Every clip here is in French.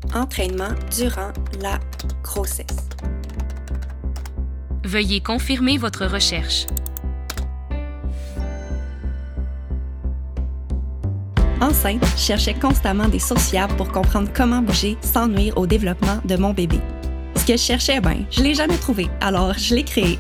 entraînement durant la grossesse. Veuillez confirmer votre recherche. Enceinte, je cherchais constamment des sources fiables pour comprendre comment bouger sans nuire au développement de mon bébé. Ce que je cherchais, je l'ai jamais trouvé, alors je l'ai créé.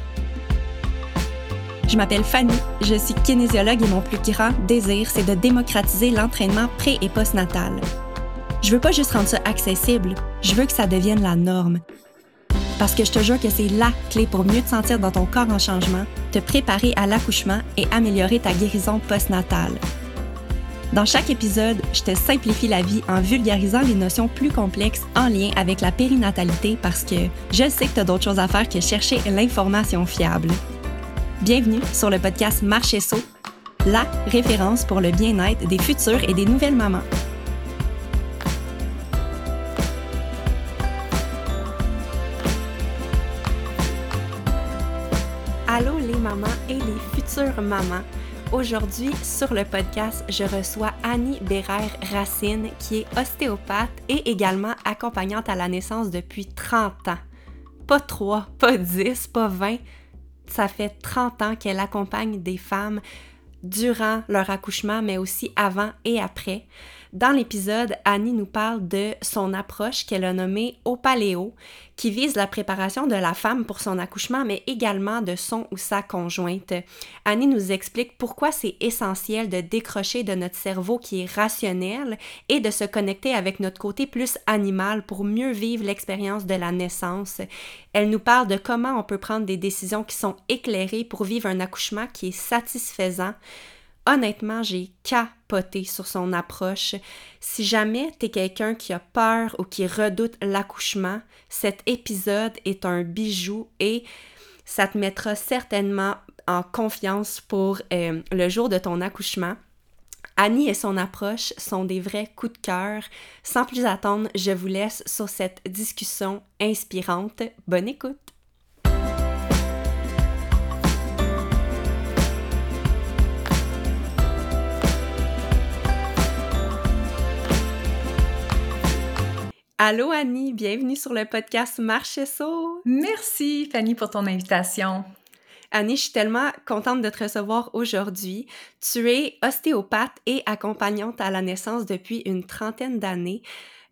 Je m'appelle Fanny, je suis kinésiologue et mon plus grand désir, c'est de démocratiser l'entraînement pré- et postnatal. Je veux pas juste rendre ça accessible, je veux que ça devienne la norme. Parce que je te jure que c'est la clé pour mieux te sentir dans ton corps en changement, te préparer à l'accouchement et améliorer ta guérison postnatale. Dans chaque épisode, je te simplifie la vie en vulgarisant les notions plus complexes en lien avec la périnatalité parce que je sais que tu as d'autres choses à faire que chercher l'information fiable. Bienvenue sur le podcast Marche et Saut, la référence pour le bien-être des futures et des nouvelles mamans. Allô les mamans et les futures mamans. Aujourd'hui, sur le podcast, je reçois Annie Bérère-Racine, qui est ostéopathe et également accompagnante à la naissance depuis 30 ans. Pas 3, pas 10, pas 20. Ça fait 30 ans qu'elle accompagne des femmes durant leur accouchement, mais aussi avant et après. Dans l'épisode, Annie nous parle de son approche qu'elle a nommée Au Paléo, qui vise la préparation de la femme pour son accouchement, mais également de son ou sa conjointe. Annie nous explique pourquoi c'est essentiel de décrocher de notre cerveau qui est rationnel et de se connecter avec notre côté plus animal pour mieux vivre l'expérience de la naissance. Elle nous parle de comment on peut prendre des décisions qui sont éclairées pour vivre un accouchement qui est satisfaisant. Honnêtement, j'ai capoté sur son approche. Si jamais t'es quelqu'un qui a peur ou qui redoute l'accouchement, cet épisode est un bijou et ça te mettra certainement en confiance pour le jour de ton accouchement. Annie et son approche sont des vrais coups de cœur. Sans plus attendre, je vous laisse sur cette discussion inspirante. Bonne écoute! Allô Annie, bienvenue sur le podcast Marche et Saut. Merci Fanny pour ton invitation. Annie, je suis tellement contente de te recevoir aujourd'hui. Tu es ostéopathe et accompagnante à la naissance depuis une trentaine d'années.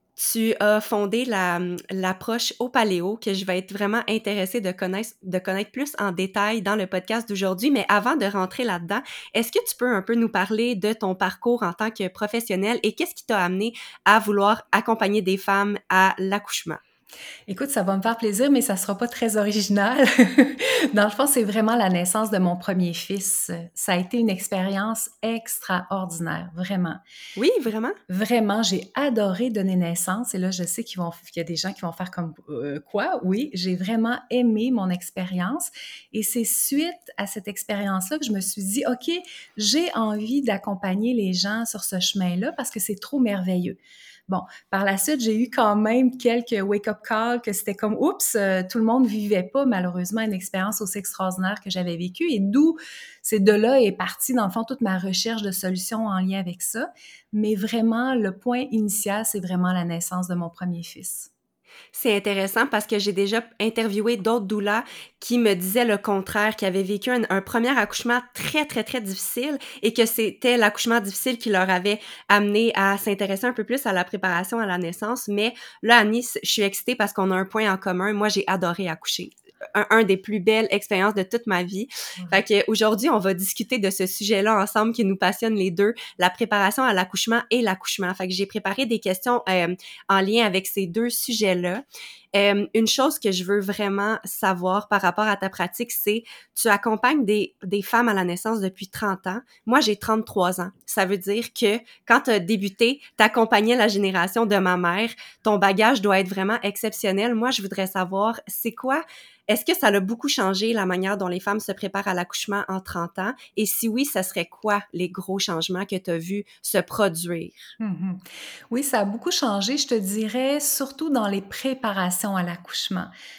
Tu as fondé l'approche Au Paléo que je vais être vraiment intéressée de connaître plus en détail dans le podcast d'aujourd'hui. Mais avant de rentrer là-dedans, est-ce que tu peux un peu nous parler de ton parcours en tant que professionnelle et qu'est-ce qui t'a amené à vouloir accompagner des femmes à l'accouchement? Écoute, ça va me faire plaisir, mais ça sera pas très original. Dans le fond, c'est vraiment la naissance de mon premier fils. Ça a été une expérience extraordinaire, vraiment. Oui, vraiment? Vraiment, j'ai adoré donner naissance. Et là, je sais qu'il y a des gens qui vont faire comme quoi? Oui, j'ai vraiment aimé mon expérience. Et c'est suite à cette expérience-là que je me suis dit, OK, j'ai envie d'accompagner les gens sur ce chemin-là parce que c'est trop merveilleux. Bon, par la suite, j'ai eu quand même quelques wake-up calls que c'était comme, oups, tout le monde vivait pas malheureusement une expérience aussi extraordinaire que j'avais vécue et c'est de là est partie, dans le fond, toute ma recherche de solutions en lien avec ça. Mais vraiment, le point initial, c'est vraiment la naissance de mon premier fils. C'est intéressant parce que j'ai déjà interviewé d'autres doulas qui me disaient le contraire, qui avaient vécu un premier accouchement très, très, très difficile et que c'était l'accouchement difficile qui leur avait amené à s'intéresser un peu plus à la préparation à la naissance. Mais là, Annie, je suis excitée parce qu'on a un point en commun. Moi, j'ai adoré accoucher. Un des plus belles expériences de toute ma vie. Fait que aujourd'hui, on va discuter de ce sujet-là ensemble qui nous passionne les deux, la préparation à l'accouchement et l'accouchement. Fait que j'ai préparé des questions en lien avec ces deux sujets-là. Une chose que je veux vraiment savoir par rapport à ta pratique, c'est tu accompagnes des femmes à la naissance depuis 30 ans. Moi, j'ai 33 ans. Ça veut dire que quand tu as débuté, tu accompagnais la génération de ma mère. Ton bagage doit être vraiment exceptionnel. Moi, je voudrais savoir, est-ce que ça a beaucoup changé la manière dont les femmes se préparent à l'accouchement en 30 ans? Et si oui, ça serait quoi les gros changements que tu as vus se produire? Oui, ça a beaucoup changé, je te dirais, surtout dans les préparations à l'accouchement.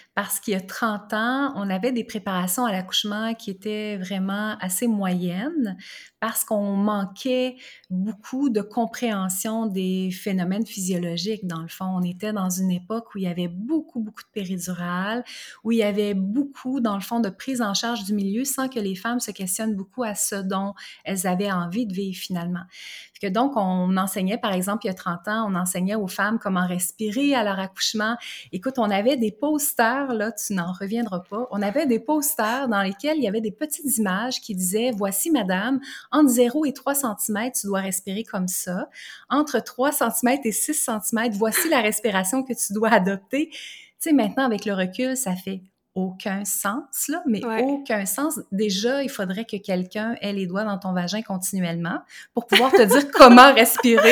parce qu'il y a 30 ans, on avait des préparations à l'accouchement qui étaient vraiment assez moyennes parce qu'on manquait beaucoup de compréhension des phénomènes physiologiques. Dans le fond, on était dans une époque où il y avait beaucoup, beaucoup de péridurales, où il y avait beaucoup, dans le fond, de prise en charge du milieu sans que les femmes se questionnent beaucoup à ce dont elles avaient envie de vivre finalement. Donc, on enseignait, par exemple, il y a 30 ans, on enseignait aux femmes comment respirer à leur accouchement. Écoute, on avait des posters, là, tu n'en reviendras pas, on avait des posters dans lesquels il y avait des petites images qui disaient « Voici, madame, entre 0 et 3 cm, tu dois respirer comme ça. Entre 3 cm et 6 cm, voici la respiration que tu dois adopter. » Tu sais, maintenant, avec le recul, ça fait aucun sens, là, mais Ouais. aucun sens. Déjà, il faudrait que quelqu'un ait les doigts dans ton vagin continuellement pour pouvoir te dire comment respirer.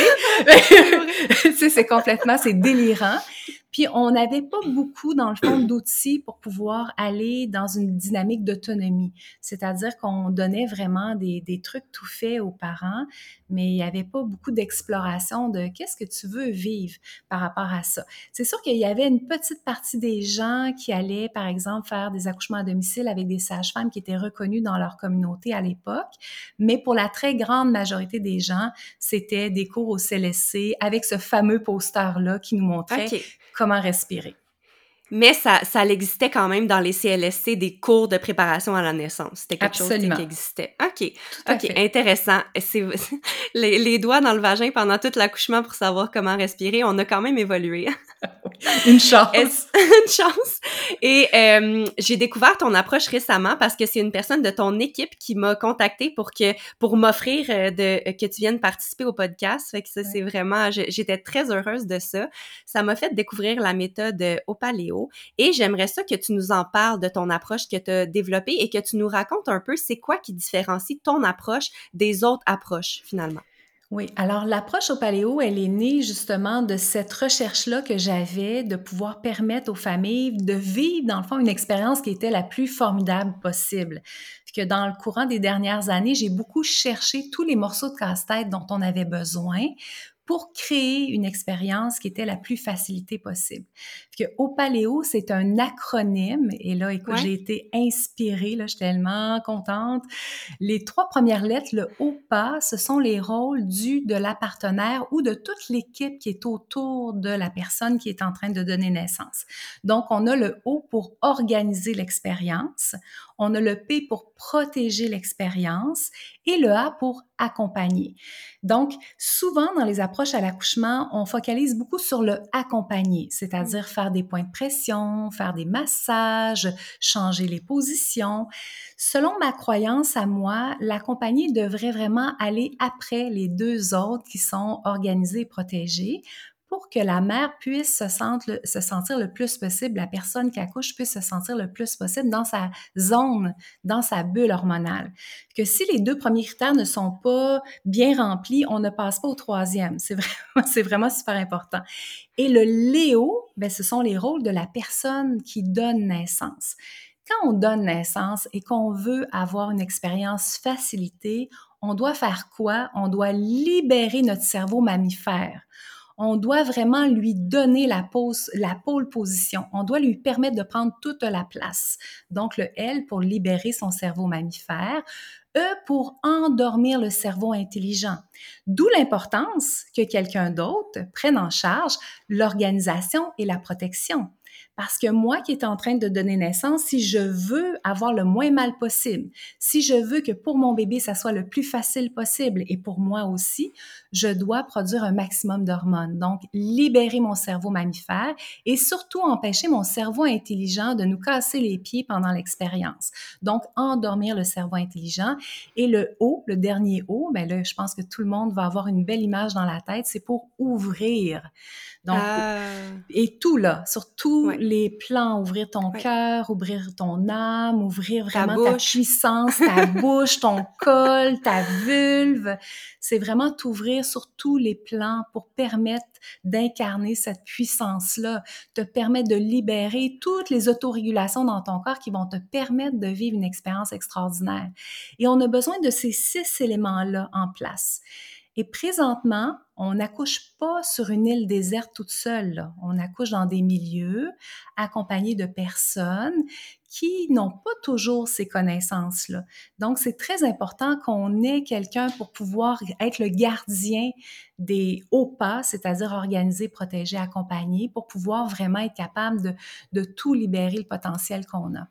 Tu sais, c'est délirant. Puis, on n'avait pas beaucoup, dans le fond, d'outils pour pouvoir aller dans une dynamique d'autonomie. C'est-à-dire qu'on donnait vraiment des trucs tout faits aux parents, mais il n'y avait pas beaucoup d'exploration de qu'est-ce que tu veux vivre par rapport à ça. C'est sûr qu'il y avait une petite partie des gens qui allaient, par exemple, faire des accouchements à domicile avec des sages-femmes qui étaient reconnues dans leur communauté à l'époque, mais pour la très grande majorité des gens, c'était des cours au CLSC avec ce fameux poster-là qui nous montrait comment respirer. Mais ça existait quand même dans les CLSC, des cours de préparation à la naissance. C'était quelque chose qui existait. OK, intéressant. C'est les doigts dans le vagin pendant tout l'accouchement pour savoir comment respirer. On a quand même évolué. Une chance. Une chance. Et j'ai découvert ton approche récemment parce que c'est une personne de ton équipe qui m'a contactée pour m'offrir que tu viennes participer au podcast. Fait que ça, c'est vraiment... J'étais très heureuse de ça. Ça m'a fait découvrir la méthode Opaléo. Et j'aimerais ça que tu nous en parles de ton approche que tu as développée et que tu nous racontes un peu c'est quoi qui différencie ton approche des autres approches, finalement. Oui, alors l'approche Opaléo, elle est née justement de cette recherche-là que j'avais de pouvoir permettre aux familles de vivre, dans le fond, une expérience qui était la plus formidable possible. Puis que dans le courant des dernières années, j'ai beaucoup cherché tous les morceaux de casse-tête dont on avait besoin pour créer une expérience qui était la plus facilitée possible. Puis que Opaléo, c'est un acronyme, et là, écoute, j'ai été inspirée, là, je suis tellement contente. Les 3 premières lettres, le OPA, ce sont les rôles de la partenaire ou de toute l'équipe qui est autour de la personne qui est en train de donner naissance. Donc, on a le O pour organiser l'expérience, on a le P pour protéger l'expérience et le A pour accompagner. Donc, souvent, dans les approches à l'accouchement, on focalise beaucoup sur le accompagner, c'est-à-dire faire des points de pression, faire des massages, changer les positions. Selon ma croyance à moi, l'accompagner devrait vraiment aller après les 2 autres qui sont organisés et protégés pour que la mère puisse se sentir le plus possible, la personne qui accouche puisse se sentir le plus possible dans sa zone, dans sa bulle hormonale. Que si les 2 premiers critères ne sont pas bien remplis, on ne passe pas au 3e. C'est vraiment super important. Et le Léo, bien, ce sont les rôles de la personne qui donne naissance. Quand on donne naissance et qu'on veut avoir une expérience facilitée, on doit faire quoi? On doit libérer notre cerveau mammifère. On doit vraiment lui donner la pole position. On doit lui permettre de prendre toute la place. Donc, le L pour libérer son cerveau mammifère, E pour endormir le cerveau intelligent. D'où l'importance que quelqu'un d'autre prenne en charge l'organisation et la protection. Parce que moi qui est en train de donner naissance, si je veux avoir le moins mal possible, si je veux que pour mon bébé, ça soit le plus facile possible et pour moi aussi, je dois produire un maximum d'hormones. Donc, libérer mon cerveau mammifère et surtout empêcher mon cerveau intelligent de nous casser les pieds pendant l'expérience. Donc, endormir le cerveau intelligent. Et le O, le dernier O, ben là, je pense que tout le monde va avoir une belle image dans la tête, c'est pour ouvrir. Donc, et tout là, sur tous les plans, ouvrir ton cœur, ouvrir ton âme, ouvrir vraiment ta puissance, ta bouche, ton col, ta vulve. C'est vraiment t'ouvrir sur tous les plans pour permettre d'incarner cette puissance-là, te permettre de libérer toutes les autorégulations dans ton corps qui vont te permettre de vivre une expérience extraordinaire. Et on a besoin de ces 6 éléments-là en place. Et présentement, on n'accouche pas sur une île déserte toute seule, là. On accouche dans des milieux accompagnés de personnes qui n'ont pas toujours ces connaissances-là. Donc, c'est très important qu'on ait quelqu'un pour pouvoir être le gardien des hauts pas, c'est-à-dire organiser, protéger, accompagner, pour pouvoir vraiment être capable de tout libérer le potentiel qu'on a.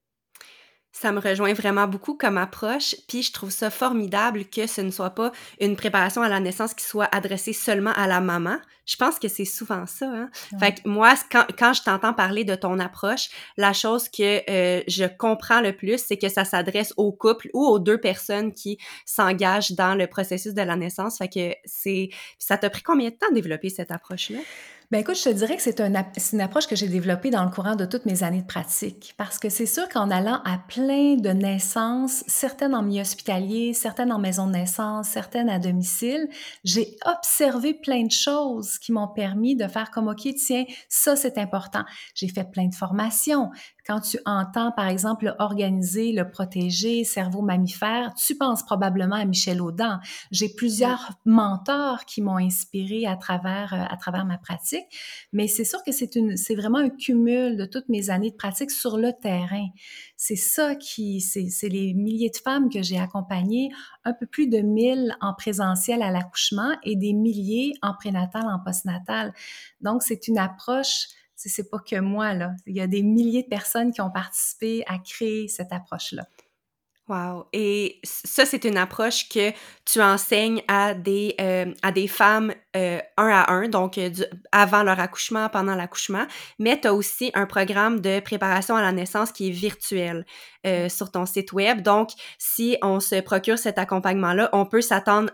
Ça me rejoint vraiment beaucoup comme approche, puis je trouve ça formidable que ce ne soit pas une préparation à la naissance qui soit adressée seulement à la maman. Je pense que c'est souvent ça, hein. Fait Ouais. que moi, quand je t'entends parler de ton approche, la chose que, je comprends le plus, c'est que ça s'adresse au couple ou aux 2 personnes qui s'engagent dans le processus de la naissance. Fait que ça t'a pris combien de temps de développer cette approche-là? Ben écoute, je te dirais que c'est une approche que j'ai développée dans le courant de toutes mes années de pratique. Parce que c'est sûr qu'en allant à plein de naissances, certaines en milieu hospitalier, certaines en maison de naissance, certaines à domicile, j'ai observé plein de choses qui m'ont permis de faire comme, OK, tiens, ça c'est important. J'ai fait plein de formations. Quand tu entends, par exemple, organiser, le protéger, cerveau mammifère, tu penses probablement à Michel Audin. J'ai Oui. plusieurs mentors qui m'ont inspirée à travers ma pratique, mais c'est sûr que c'est vraiment un cumul de toutes mes années de pratique sur le terrain. C'est ça c'est les milliers de femmes que j'ai accompagnées, un peu plus de 1000 en présentiel à l'accouchement et des milliers en prénatal, en postnatal. Donc, c'est une approche, c'est pas que moi, là. Il y a des milliers de personnes qui ont participé à créer cette approche-là. Wow, et ça, c'est une approche que tu enseignes à des femmes, un à un, donc avant leur accouchement, pendant l'accouchement, mais tu as aussi un programme de préparation à la naissance qui est virtuel, sur ton site web. Donc si on se procure cet accompagnement-là, on peut s'attendre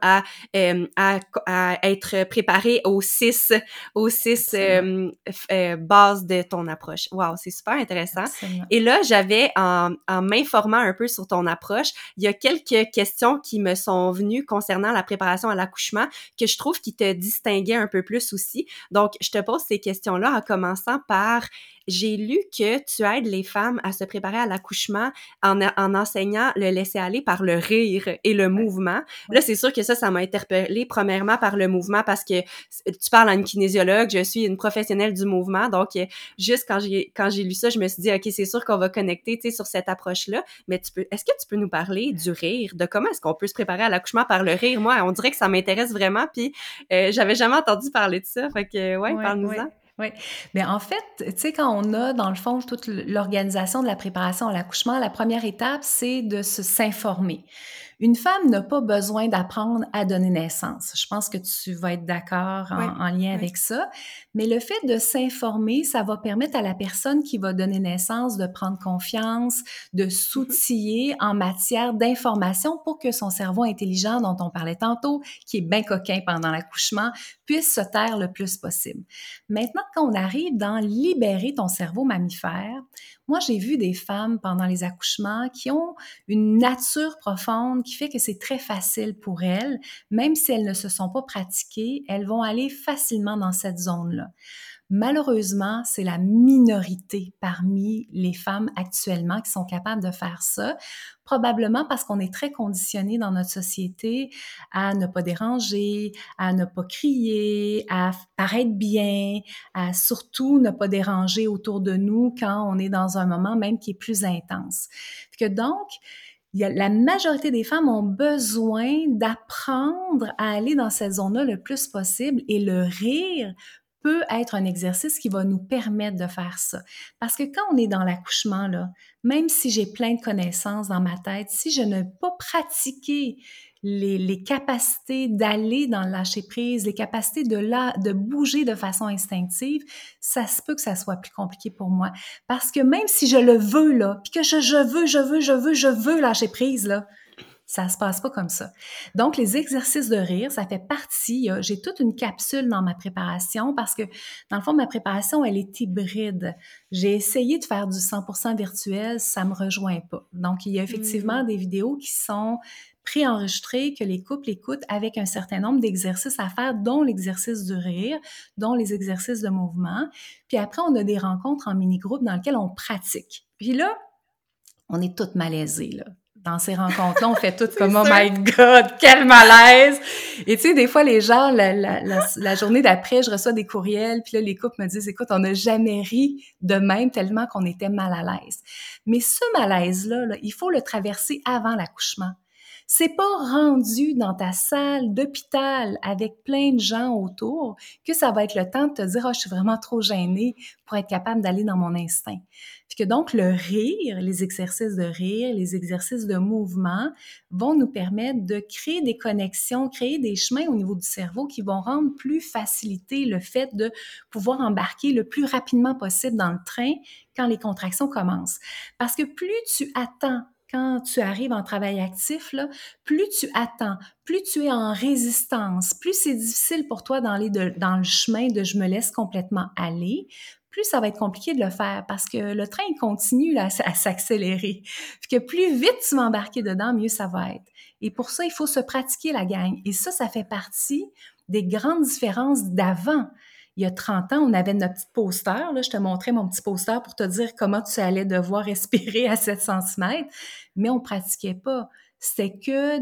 à être préparé aux 6 Absolument, bases de ton approche. Wow, c'est super intéressant. absolument. Et là, j'avais en m'informant un peu sur ton approche, il y a quelques questions qui me sont venues concernant la préparation à l'accouchement que je trouve qui te distinguaient un peu plus aussi. Donc, je te pose ces questions-là en commençant par, j'ai lu que tu aides les femmes à se préparer à l'accouchement en enseignant le laisser-aller par le rire et le Ouais, mouvement. ouais. Là, c'est sûr que ça m'a interpellée premièrement par le mouvement parce que tu parles à une kinésiologue, je suis une professionnelle du mouvement, donc juste quand j'ai lu ça, je me suis dit OK, c'est sûr qu'on va connecter, tu sais, sur cette approche-là, mais est-ce que tu peux nous parler du rire, de comment est-ce qu'on peut se préparer à l'accouchement par le rire? Moi, on dirait que ça m'intéresse vraiment, puis j'avais jamais entendu parler de ça, fait que ouais, Ouais, parle-nous-en. ouais, ouais. Mais en fait, tu sais, quand on a, dans le fond, toute l'organisation de la préparation à l'accouchement, la première étape, c'est de s'informer. Une femme n'a pas besoin d'apprendre à donner naissance. Je pense que tu vas être d'accord Ouais, en lien ouais. avec ça. Mais le fait de s'informer, ça va permettre à la personne qui va donner naissance de prendre confiance, de Mhm. s'outiller en matière d'information pour que son cerveau intelligent, dont on parlait tantôt, qui est bien coquin pendant l'accouchement, puisse se taire le plus possible. Maintenant, quand on arrive dans libérer ton cerveau mammifère, moi, j'ai vu des femmes pendant les accouchements qui ont une nature profonde qui fait que c'est très facile pour elles, même si elles ne se sont pas pratiquées, elles vont aller facilement dans cette zone-là. Malheureusement, c'est la minorité parmi les femmes actuellement qui sont capables de faire ça, probablement parce qu'on est très conditionné dans notre société à ne pas déranger, à ne pas crier, à paraître bien, à surtout ne pas déranger autour de nous quand on est dans un moment même qui est plus intense. Que donc, la majorité des femmes ont besoin d'apprendre à aller dans cette zone-là le plus possible et le rire peut être un exercice qui va nous permettre de faire ça. Parce que quand on est dans l'accouchement, là, même si j'ai plein de connaissances dans ma tête, si je n'ai pas pratiqué les capacités d'aller dans le lâcher-prise, les capacités de bouger de façon instinctive, ça se peut que ça soit plus compliqué pour moi. Parce que même si je le veux, là, puis que je veux lâcher prise, là, ça se passe pas comme ça. Donc, les exercices de rire, ça fait partie. J'ai toute une capsule dans ma préparation parce que, dans le fond, ma préparation, elle est hybride. J'ai essayé de faire du 100% virtuel, ça me rejoint pas. Donc, il y a effectivement Hmm. des vidéos qui sont préenregistrées, que les couples écoutent avec un certain nombre d'exercices à faire, dont l'exercice du rire, dont les exercices de mouvement. Puis après, on a des rencontres en mini-groupe dans lesquelles on pratique. Puis là, on est toutes malaisées, là. dans ces rencontres-là, on fait tout comme « Oh sûr. my God, quel malaise! » Et tu sais, des fois, les gens, la journée d'après, je reçois des courriels, puis là, les couples me disent « Écoute, on n'a jamais ri de même tellement qu'on était mal à l'aise. » Mais ce malaise-là, il faut le traverser avant l'accouchement. C'est pas rendu dans ta salle d'hôpital avec plein de gens autour que ça va être le temps de te dire « Ah, je suis vraiment trop gênée pour être capable d'aller dans mon instinct. » Puis que donc, le rire, les exercices de rire, les exercices de mouvement vont nous permettre de créer des connexions, créer des chemins au niveau du cerveau qui vont rendre plus facilité le fait de pouvoir embarquer le plus rapidement possible dans le train quand les contractions commencent. Parce que plus tu attends quand tu arrives en travail actif, là, plus tu attends, plus tu es en résistance, plus c'est difficile pour toi d'aller dans le chemin de « je me laisse complètement aller », plus ça va être compliqué de le faire parce que le train il continue là, à s'accélérer. Puis que plus vite tu vas embarquer dedans, mieux ça va être. Et pour ça, il faut se pratiquer la gang. Et ça fait partie des grandes différences d'avant. Il y a 30 ans, on avait notre petit poster. Là, je te montrais mon petit poster pour te dire comment tu allais devoir respirer à 700 cm, mais on pratiquait pas. C'était que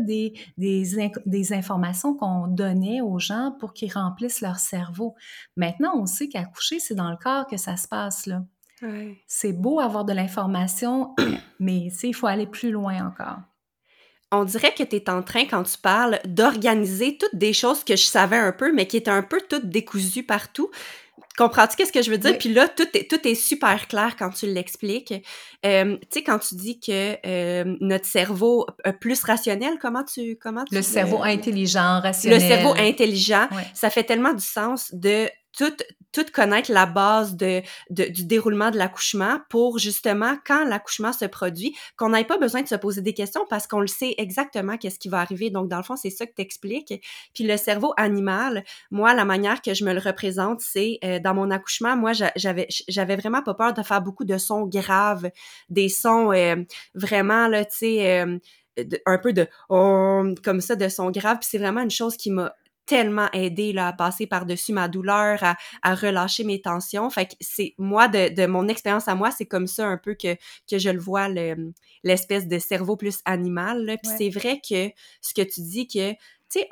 des informations qu'on donnait aux gens pour qu'ils remplissent leur cerveau. Maintenant, on sait qu'accoucher, c'est dans le corps que ça se passe, là. Ouais. C'est beau avoir de l'information, mais tu sais, il faut aller plus loin encore. On dirait que tu es en train, quand tu parles, d'organiser toutes des choses que je savais un peu, mais qui étaient un peu toutes décousues partout. Comprends-tu qu'est-ce que je veux dire? Oui. Puis là, tout est super clair quand tu l'expliques. Tu sais, quand tu dis que notre cerveau plus rationnel, comment tu Le cerveau intelligent, le rationnel. cerveau intelligent, Ouais. ça fait tellement du sens de tout connaître la base du déroulement de l'accouchement pour justement, quand l'accouchement se produit, qu'on n'ait pas besoin de se poser des questions parce qu'on le sait exactement qu'est-ce qui va arriver. Donc, dans le fond, c'est ça que t'expliques. Puis le cerveau animal, moi, la manière que je me le représente, c'est dans mon accouchement, moi, j'avais vraiment pas peur de faire beaucoup de sons graves, des sons vraiment, là, tu sais, un peu de comme ça, de sons graves. Puis c'est vraiment une chose qui m'a tellement aidé là, à passer par-dessus ma douleur, à relâcher mes tensions. Fait que c'est moi, de mon expérience à moi, c'est comme ça un peu que je le vois, l'espèce de cerveau plus animal. Là. Puis Ouais. c'est vrai que ce que tu dis que, tu sais,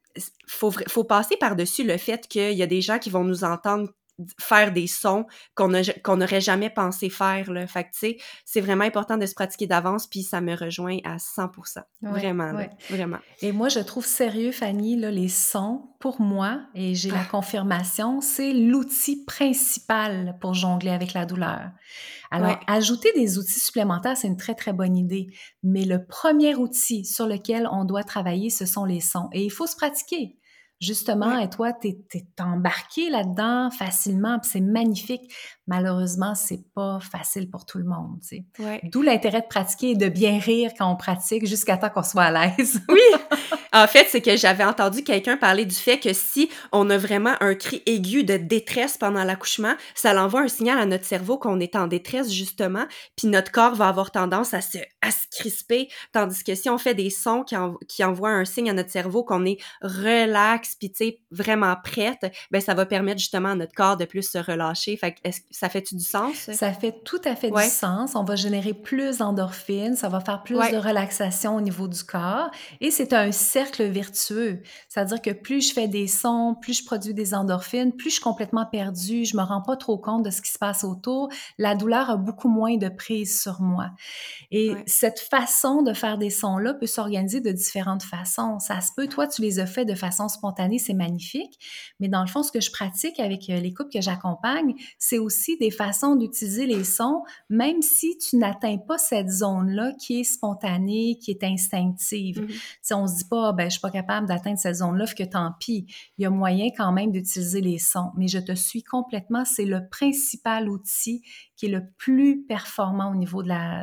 faut passer par-dessus le fait qu'il y a des gens qui vont nous entendre faire des sons qu'on n'aurait jamais pensé faire, là. Fait que, tu sais, c'est vraiment important de se pratiquer d'avance, puis ça me rejoint à 100%. Ouais, Vraiment, ouais. là. Vraiment. Et moi, je trouve sérieux, Fanny, là, les sons, pour moi, et j'ai la confirmation, c'est l'outil principal pour jongler avec la douleur. Alors, Ouais. ajouter des outils supplémentaires, c'est une très, très bonne idée. Mais le premier outil sur lequel on doit travailler, ce sont les sons. Et il faut se pratiquer. Justement, Ouais. et toi, t'es embarqué là-dedans facilement, puis c'est magnifique. Malheureusement, c'est pas facile pour tout le monde, tu sais. Ouais. D'où l'intérêt de pratiquer et de bien rire quand on pratique jusqu'à temps qu'on soit à l'aise. Oui! En fait, c'est que j'avais entendu quelqu'un parler du fait que si on a vraiment un cri aigu de détresse pendant l'accouchement, ça l'envoie un signal à notre cerveau qu'on est en détresse, justement, puis notre corps va avoir tendance à se crisper, tandis que si on fait des sons qui envoient un signe à notre cerveau qu'on est relax, puis tu sais, vraiment prête, ben ça va permettre justement à notre corps de plus se relâcher. Fait que, ça fait-tu du sens? Ça fait tout à fait du Ouais. sens. On va générer plus d'endorphines, ça va faire plus Ouais. de relaxation au niveau du corps et c'est un cercle vertueux. C'est-à-dire que plus je fais des sons, plus je produis des endorphines, plus je suis complètement perdue, je me rends pas trop compte de ce qui se passe autour. La douleur a beaucoup moins de prise sur moi. Et Ouais. cette façon de faire des sons-là peut s'organiser de différentes façons. Ça se peut, toi, tu les as fait de façon spontanée, c'est magnifique. Mais dans le fond, ce que je pratique avec les couples que j'accompagne, c'est aussi des façons d'utiliser les sons, même si tu n'atteins pas cette zone-là qui est spontanée, qui est instinctive. Mhm. Si on se dit pas, ben, je suis pas capable d'atteindre cette zone-là, que tant pis. Il y a moyen quand même d'utiliser les sons. Mais je te suis complètement, c'est le principal outil qui est le plus performant au niveau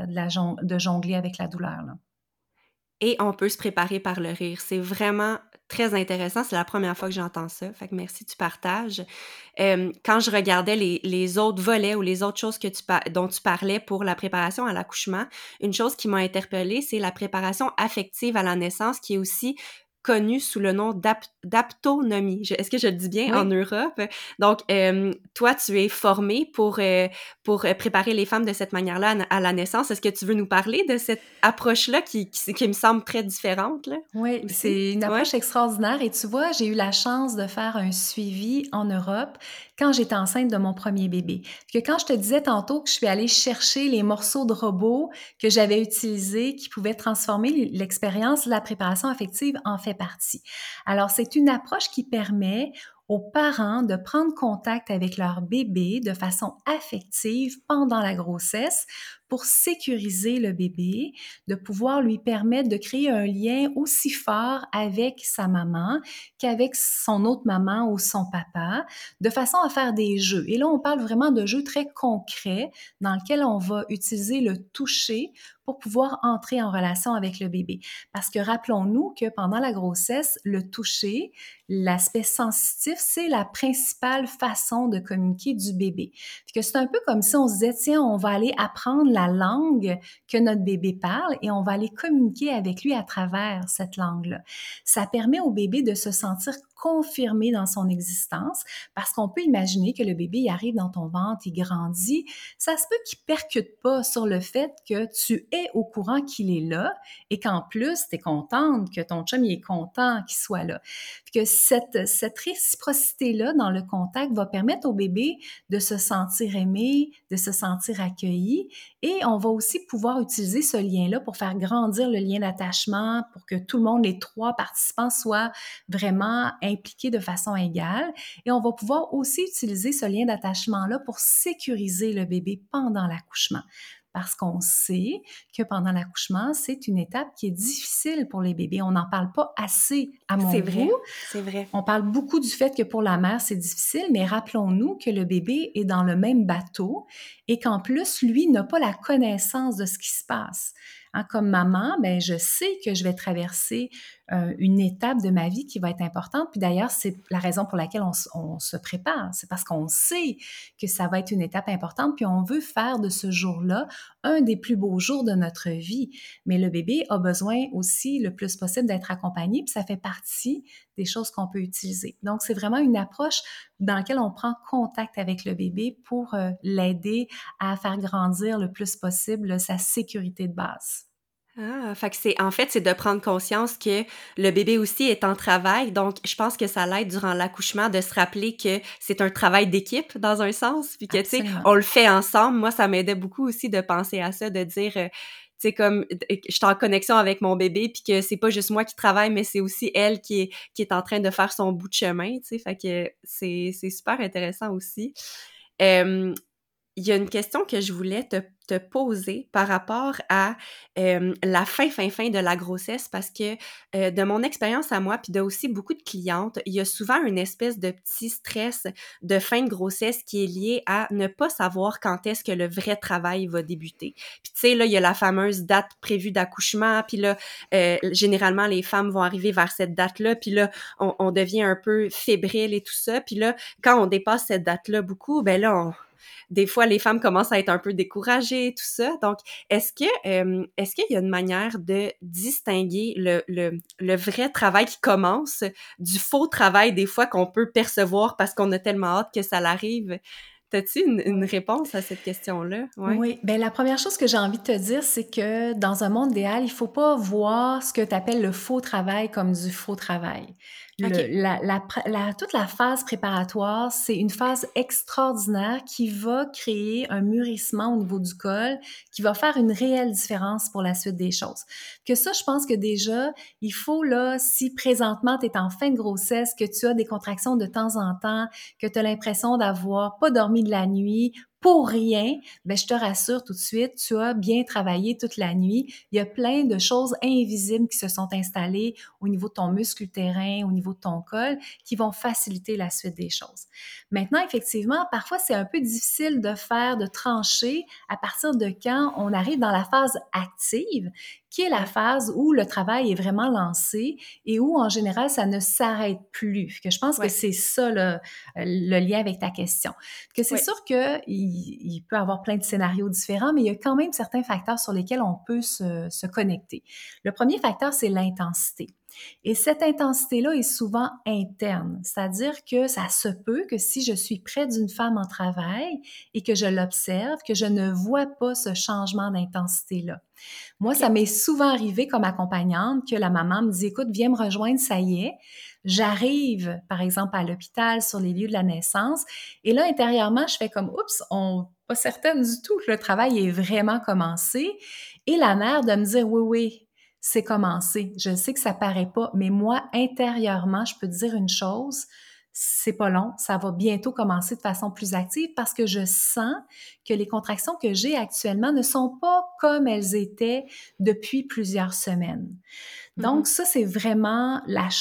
de jongler avec la douleur, là. Et on peut se préparer par le rire. C'est vraiment très intéressant. C'est la première fois que j'entends ça. Fait que merci, tu partages. Quand je regardais les autres volets ou les autres choses dont tu parlais pour la préparation à l'accouchement, une chose qui m'a interpellée, c'est la préparation affective à la naissance qui est aussi connu sous le nom d'aptonomie. Est-ce que je le dis bien en Oui. Europe? Donc, toi, tu es formée pour préparer les femmes de cette manière-là à la naissance. Est-ce que tu veux nous parler de cette approche-là qui me semble très différente, là, Oui, aussi? c'est une Ouais? approche extraordinaire et tu vois, j'ai eu la chance de faire un suivi en Europe quand j'étais enceinte de mon premier bébé. Puis que quand je te disais tantôt que je suis allée chercher les morceaux de robots que j'avais utilisés qui pouvaient transformer l'expérience, la préparation affective en fait partie. Alors, c'est une approche qui permet aux parents de prendre contact avec leur bébé de façon affective pendant la grossesse pour sécuriser le bébé, de pouvoir lui permettre de créer un lien aussi fort avec sa maman qu'avec son autre maman ou son papa, de façon à faire des jeux. Et là, on parle vraiment de jeux très concrets dans lesquels on va utiliser le toucher pour pouvoir entrer en relation avec le bébé. Parce que rappelons-nous que pendant la grossesse, le toucher, l'aspect sensitif, c'est la principale façon de communiquer du bébé. Puis que c'est un peu comme si on se disait, tiens, on va aller apprendre la langue que notre bébé parle et on va aller communiquer avec lui à travers cette langue-là. Ça permet au bébé de se sentir confirmé dans son existence parce qu'on peut imaginer que le bébé il arrive dans ton ventre, il grandit. Ça se peut qu'il percute pas sur le fait que tu es au courant qu'il est là et qu'en plus, tu es contente que ton chum il est content qu'il soit là. Puis que cette réciprocité-là dans le contact va permettre au bébé de se sentir aimé, de se sentir accueilli et on va aussi pouvoir utiliser ce lien-là pour faire grandir le lien d'attachement, pour que tout le monde, les trois participants, soient vraiment impliqués de façon égale. Et on va pouvoir aussi utiliser ce lien d'attachement-là pour sécuriser le bébé pendant l'accouchement. Parce qu'on sait que pendant l'accouchement, c'est une étape qui est difficile pour les bébés. On n'en parle pas assez à mon C'est vrai, goût. c'est vrai. On parle beaucoup du fait que pour la mère, c'est difficile, mais rappelons-nous que le bébé est dans le même bateau et qu'en plus, lui n'a pas la connaissance de ce qui se passe. Hein, comme maman, ben, je sais que je vais traverser une étape de ma vie qui va être importante. Puis d'ailleurs, c'est la raison pour laquelle on se prépare. C'est parce qu'on sait que ça va être une étape importante, puis on veut faire de ce jour-là un des plus beaux jours de notre vie. Mais le bébé a besoin aussi le plus possible d'être accompagné, puis ça fait partie des choses qu'on peut utiliser. Donc, c'est vraiment une approche dans laquelle on prend contact avec le bébé pour l'aider à faire grandir le plus possible sa sécurité de base. Ah, fait que c'est de prendre conscience que le bébé aussi est en travail, donc je pense que ça l'aide durant l'accouchement de se rappeler que c'est un travail d'équipe dans un sens, puis que, tu sais, Absolument. on le fait ensemble. Moi, ça m'aidait beaucoup aussi de penser à ça, de dire, tu sais, comme, je suis en connexion avec mon bébé, puis que c'est pas juste moi qui travaille, mais c'est aussi elle qui est en train de faire son bout de chemin, tu sais, fait que c'est super intéressant aussi. Euh, il y a une question que je voulais te poser par rapport à la fin de la grossesse parce que de mon expérience à moi, puis de aussi beaucoup de clientes, il y a souvent une espèce de petit stress de fin de grossesse qui est lié à ne pas savoir quand est-ce que le vrai travail va débuter. Puis tu sais, là, il y a la fameuse date prévue d'accouchement, puis là, généralement, les femmes vont arriver vers cette date-là, puis là, on devient un peu fébrile et tout ça, puis là, quand on dépasse cette date-là beaucoup, ben là, des fois, les femmes commencent à être un peu découragées, tout ça. Donc, est-ce qu'il y a une manière de distinguer le vrai travail qui commence du faux travail, des fois, qu'on peut percevoir parce qu'on a tellement hâte que ça l'arrive? T'as-tu une Oui. réponse à cette question-là? Ouais. Oui, bien la première chose que j'ai envie de te dire, c'est que dans un monde idéal, il faut pas voir ce que tu appelles le faux travail comme du faux travail. Le OK. toute la phase préparatoire, c'est une phase extraordinaire qui va créer un mûrissement au niveau du col, qui va faire une réelle différence pour la suite des choses. Que ça, je pense que déjà, il faut là, si présentement tu es en fin de grossesse, que tu as des contractions de temps en temps, que tu as l'impression d'avoir pas dormi de la nuit, pour rien, ben, je te rassure tout de suite, tu as bien travaillé toute la nuit. Il y a plein de choses invisibles qui se sont installées au niveau de ton muscle utérin, au niveau de ton col, qui vont faciliter la suite des choses. Maintenant, effectivement, parfois, c'est un peu difficile de trancher à partir de quand on arrive dans la phase active, qui est la Ouais. phase où le travail est vraiment lancé et où, en général, ça ne s'arrête plus. Que je pense que Ouais. c'est ça, le lien avec ta question. Que c'est Ouais. sûr qu'il peut y avoir plein de scénarios différents, mais il y a quand même certains facteurs sur lesquels on peut se connecter. Le premier facteur, c'est l'intensité. Et cette intensité-là est souvent interne, c'est-à-dire que ça se peut que si je suis près d'une femme en travail et que je l'observe, que je ne vois pas ce changement d'intensité-là. Moi, ça OK. m'est souvent arrivé comme accompagnante que la maman me dit, écoute, viens me rejoindre, ça y est. J'arrive, par exemple, à l'hôpital sur les lieux de la naissance. Et là, intérieurement, je fais comme, oups, pas certaine du tout que le travail est vraiment commencé. Et la mère de me dire, oui, oui, c'est commencé. Je sais que ça paraît pas, mais moi, intérieurement, je peux te dire une chose, c'est pas long, ça va bientôt commencer de façon plus active parce que je sens que les contractions que j'ai actuellement ne sont pas comme elles étaient depuis plusieurs semaines. Donc Mhm. ça, c'est vraiment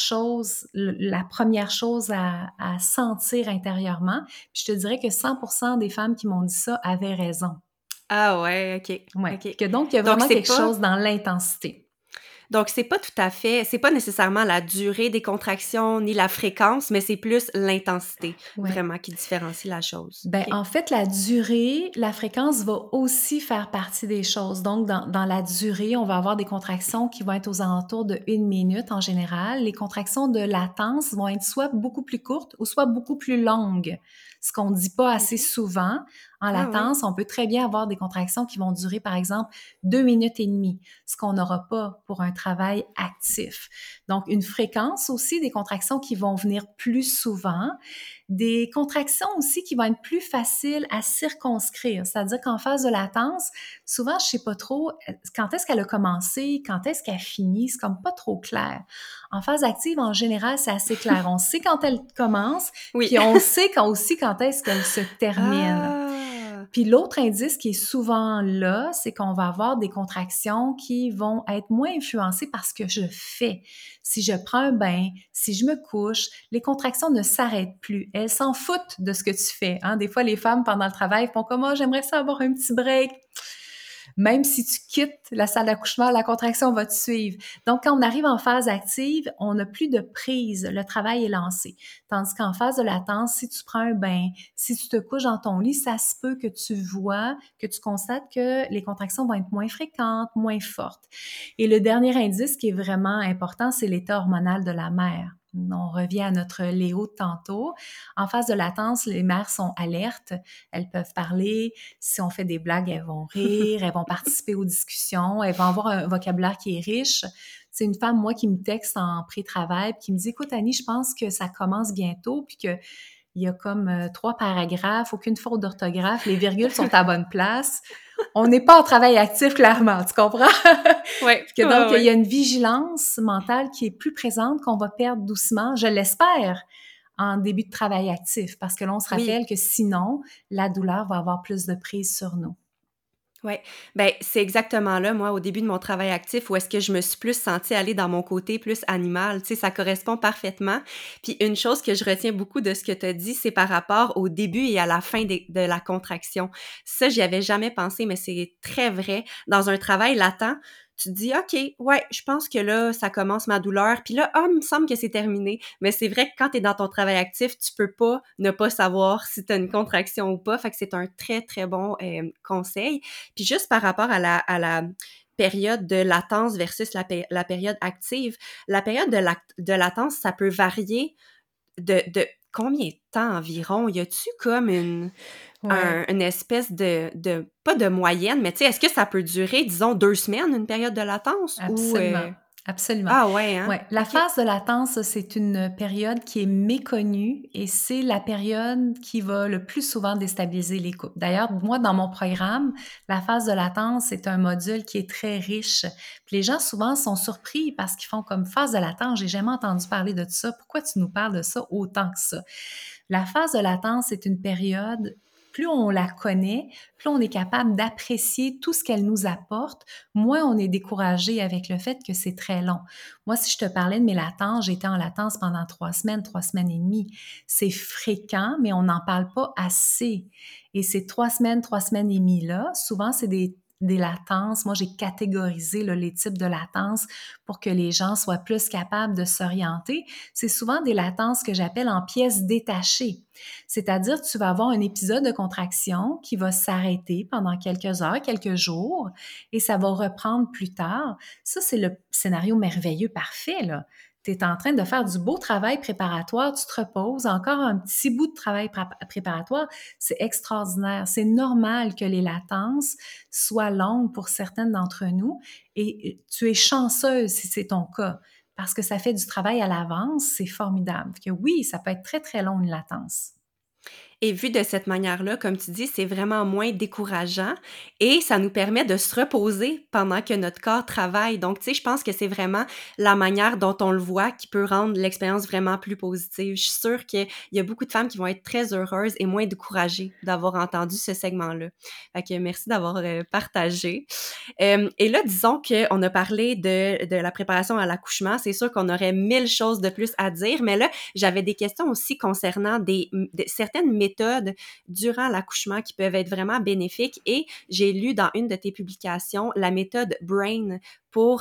la première chose à sentir intérieurement. Puis je te dirais que 100% des femmes qui m'ont dit ça avaient raison. Ah ouais, OK, Ouais. OK. Que donc, il y a Donc vraiment c'est quelque pas chose dans l'intensité. Donc, c'est pas tout à fait, c'est pas nécessairement la durée des contractions ni la fréquence, mais c'est plus l'intensité Ouais. vraiment qui différencie la chose. Ben, OK. en fait, la durée, la fréquence va aussi faire partie des choses. Donc, dans la durée, on va avoir des contractions qui vont être aux alentours de 1 minute en général. Les contractions de latence vont être soit beaucoup plus courtes ou soit beaucoup plus longues. Ce qu'on ne dit pas assez Mhm. souvent. En Ah ouais. latence, on peut très bien avoir des contractions qui vont durer, par exemple, 2 minutes et demie, ce qu'on n'aura pas pour un travail actif. Donc, une fréquence aussi, des contractions qui vont venir plus souvent. Des contractions aussi qui vont être plus faciles à circonscrire, c'est-à-dire qu'en phase de latence, souvent, je sais pas trop quand est-ce qu'elle a commencé, quand est-ce qu'elle finit, c'est comme pas trop clair. En phase active, en général, c'est assez clair. On sait quand elle commence, Oui. puis on sait aussi quand est-ce qu'elle se termine. Ah! Puis l'autre indice qui est souvent là, c'est qu'on va avoir des contractions qui vont être moins influencées par ce que je fais. Si je prends un bain, si je me couche, les contractions ne s'arrêtent plus. Elles s'en foutent de ce que tu fais. Hein? Des fois, les femmes, pendant le travail, font comme « Oh, j'aimerais ça avoir un petit break ». Même si tu quittes la salle d'accouchement, la contraction va te suivre. Donc, quand on arrive en phase active, on n'a plus de prise. Le travail est lancé. Tandis qu'en phase de latence, si tu prends un bain, si tu te couches dans ton lit, ça se peut que tu vois, que tu constates que les contractions vont être moins fréquentes, moins fortes. Et le dernier indice qui est vraiment important, c'est l'état hormonal de la mère. On revient à notre Léo de tantôt. En phase de latence, les mères sont alertes. Elles peuvent parler. Si on fait des blagues, elles vont rire, elles vont participer aux discussions, elles vont avoir un vocabulaire qui est riche. C'est une femme, moi, qui me texte en pré-travail, puis qui me dit « Écoute, Annie, je pense que ça commence bientôt, puis que il y a comme 3 paragraphes, aucune faute d'orthographe, les virgules sont à bonne place. On n'est pas en travail actif, clairement, tu comprends? Ouais, Puis que donc, ouais, il y a ouais. une vigilance mentale qui est plus présente, qu'on va perdre doucement, je l'espère, en début de travail actif, parce que l'on se Oui. rappelle que sinon, la douleur va avoir plus de prise sur nous. Ouais, ben, c'est exactement là, moi, au début de mon travail actif, où est-ce que je me suis plus sentie aller dans mon côté plus animal, tu sais, ça correspond parfaitement. Puis une chose que je retiens beaucoup de ce que tu as dit, c'est par rapport au début et à la fin de la contraction. Ça, j'y avais jamais pensé, mais c'est très vrai. Dans un travail latent, tu te dis, OK, ouais, je pense que là, ça commence ma douleur. Puis là, il me semble que c'est terminé. Mais c'est vrai que quand tu es dans ton travail actif, tu peux pas ne pas savoir si tu as une contraction ou pas. Fait que c'est un très, très bon conseil. Puis juste par rapport à la période de latence versus la période active, la période de latence, ça peut varier de combien de temps environ? Y a-tu comme Ouais, une espèce pas de moyenne, mais tu sais, est-ce que ça peut durer, disons, 2 semaines, une période de latence? Ou, absolument. Absolument. ah ouais, hein? Ouais, la OK. phase de latence, c'est une période qui est méconnue et c'est la période qui va le plus souvent déstabiliser les couples. D'ailleurs, moi, dans mon programme, la phase de latence, c'est un module qui est très riche. Puis les gens, souvent, sont surpris parce qu'ils font comme phase de latence, j'ai jamais entendu parler de ça. Pourquoi tu nous parles de ça autant que ça? La phase de latence, c'est une période, plus on la connaît, plus on est capable d'apprécier tout ce qu'elle nous apporte, moins on est découragé avec le fait que c'est très long. Moi, si je te parlais de mes latences, j'étais en latence pendant 3 semaines, 3 semaines et demie. C'est fréquent, mais on n'en parle pas assez. Et ces 3 semaines, 3 semaines et demie-là, souvent, c'est des des latences. Moi, j'ai catégorisé là, les types de latences pour que les gens soient plus capables de s'orienter. C'est souvent des latences que j'appelle en pièces détachées. C'est-à-dire, tu vas avoir un épisode de contraction qui va s'arrêter pendant quelques heures, quelques jours, et ça va reprendre plus tard. Ça, c'est le scénario merveilleux parfait, là. Tu es en train de faire du beau travail préparatoire, tu te reposes, encore un petit bout de travail préparatoire, c'est extraordinaire. C'est normal que les latences soient longues pour certaines d'entre nous et tu es chanceuse si c'est ton cas parce que ça fait du travail à l'avance, c'est formidable. Que oui, ça peut être très, très long une latence. Et vu de cette manière-là, comme tu dis, c'est vraiment moins décourageant et ça nous permet de se reposer pendant que notre corps travaille. Donc, tu sais, je pense que c'est vraiment la manière dont on le voit qui peut rendre l'expérience vraiment plus positive. Je suis sûre qu'il y a beaucoup de femmes qui vont être très heureuses et moins découragées d'avoir entendu ce segment-là. Fait que merci d'avoir partagé. Et là, disons qu'on a parlé de la préparation à l'accouchement. C'est sûr qu'on aurait 1000 choses de plus à dire, mais là, j'avais des questions aussi concernant certaines méthodes durant l'accouchement qui peuvent être vraiment bénéfiques. Et j'ai lu dans une de tes publications la méthode BRAIN pour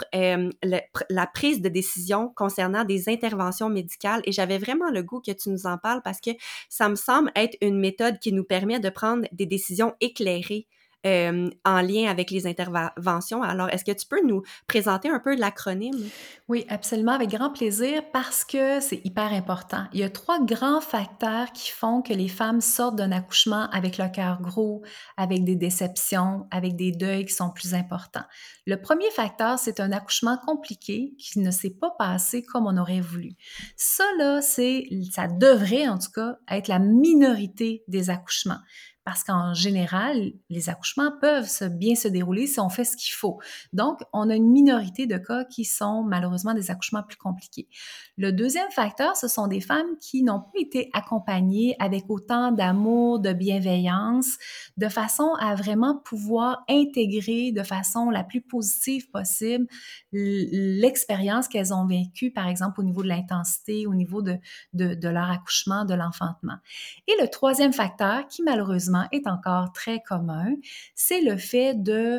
la prise de décision concernant des interventions médicales. Et j'avais vraiment le goût que tu nous en parles parce que ça me semble être une méthode qui nous permet de prendre des décisions éclairées en lien avec les interventions. Alors, est-ce que tu peux nous présenter un peu l'acronyme? Oui, absolument, avec grand plaisir, parce que c'est hyper important. Il y a 3 grands facteurs qui font que les femmes sortent d'un accouchement avec le cœur gros, avec des déceptions, avec des deuils qui sont plus importants. Le premier facteur, c'est un accouchement compliqué qui ne s'est pas passé comme on aurait voulu. Ça, là, ça devrait en tout cas être la minorité des accouchements. Parce qu'en général, les accouchements peuvent bien se dérouler si on fait ce qu'il faut. Donc, on a une minorité de cas qui sont malheureusement des accouchements plus compliqués. Le deuxième facteur, ce sont des femmes qui n'ont pas été accompagnées avec autant d'amour, de bienveillance, de façon à vraiment pouvoir intégrer de façon la plus positive possible l'expérience qu'elles ont vécue, par exemple, au niveau de l'intensité, au niveau de leur accouchement, de l'enfantement. Et le troisième facteur, qui malheureusement est encore très commun, c'est le fait de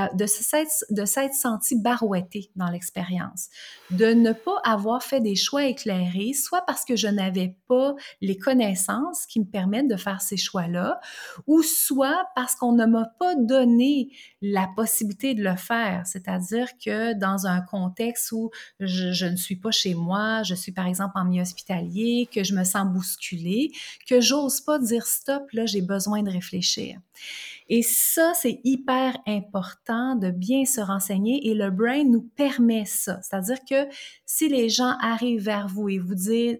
s'être senti barouetté dans l'expérience, de ne pas avoir fait des choix éclairés, soit parce que je n'avais pas les connaissances qui me permettent de faire ces choix-là, ou soit parce qu'on ne m'a pas donné la possibilité de le faire, c'est-à-dire que dans un contexte où je ne suis pas chez moi, je suis par exemple en milieu hospitalier, que je me sens bousculée, que j'ose pas dire stop, là j'ai besoin de réfléchir. Et ça, c'est hyper important de bien se renseigner et le brain nous permet ça. C'est-à-dire que si les gens arrivent vers vous et vous disent,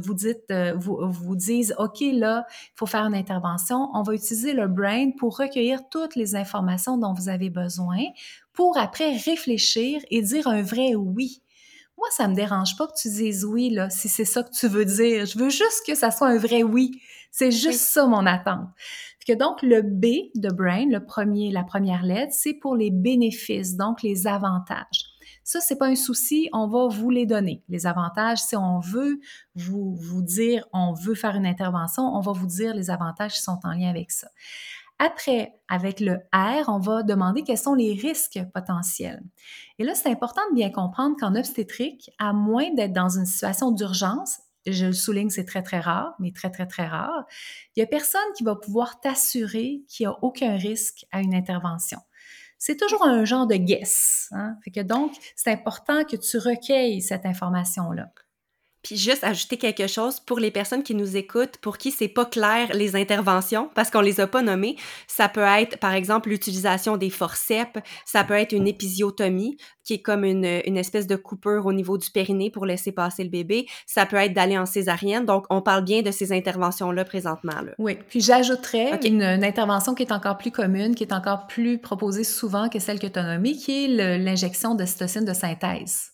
OK, là, il faut faire une intervention, on va utiliser le brain pour recueillir toutes les informations dont vous avez besoin pour après réfléchir et dire un vrai oui. Moi, ça me dérange pas que tu dises oui, là, si c'est ça que tu veux dire. Je veux juste que ça soit un vrai oui. C'est juste ça mon attente. Que donc, le B de brain, la première lettre, c'est pour les bénéfices, donc les avantages. Ça, c'est pas un souci, on va vous les donner. Les avantages, si on veut vous dire, on veut faire une intervention, on va vous dire les avantages qui sont en lien avec ça. Après, avec le R, on va demander quels sont les risques potentiels. Et là, c'est important de bien comprendre qu'en obstétrique, à moins d'être dans une situation d'urgence, je le souligne, c'est très, très rare, mais très, très, très rare, il n'y a personne qui va pouvoir t'assurer qu'il n'y a aucun risque à une intervention. C'est toujours un genre de guess. Hein? Fait que donc, c'est important que tu recueilles cette information-là. Puis juste ajouter quelque chose pour les personnes qui nous écoutent, pour qui c'est pas clair les interventions, parce qu'on les a pas nommées, ça peut être, par exemple, l'utilisation des forceps, ça peut être une épisiotomie, qui est comme une espèce de coupure au niveau du périnée pour laisser passer le bébé, ça peut être d'aller en césarienne, donc on parle bien de ces interventions-là présentement. Là. Oui, puis j'ajouterais une intervention qui est encore plus commune, qui est encore plus proposée souvent que celle que tu as nommée, qui est l'injection d'ocytocine de synthèse.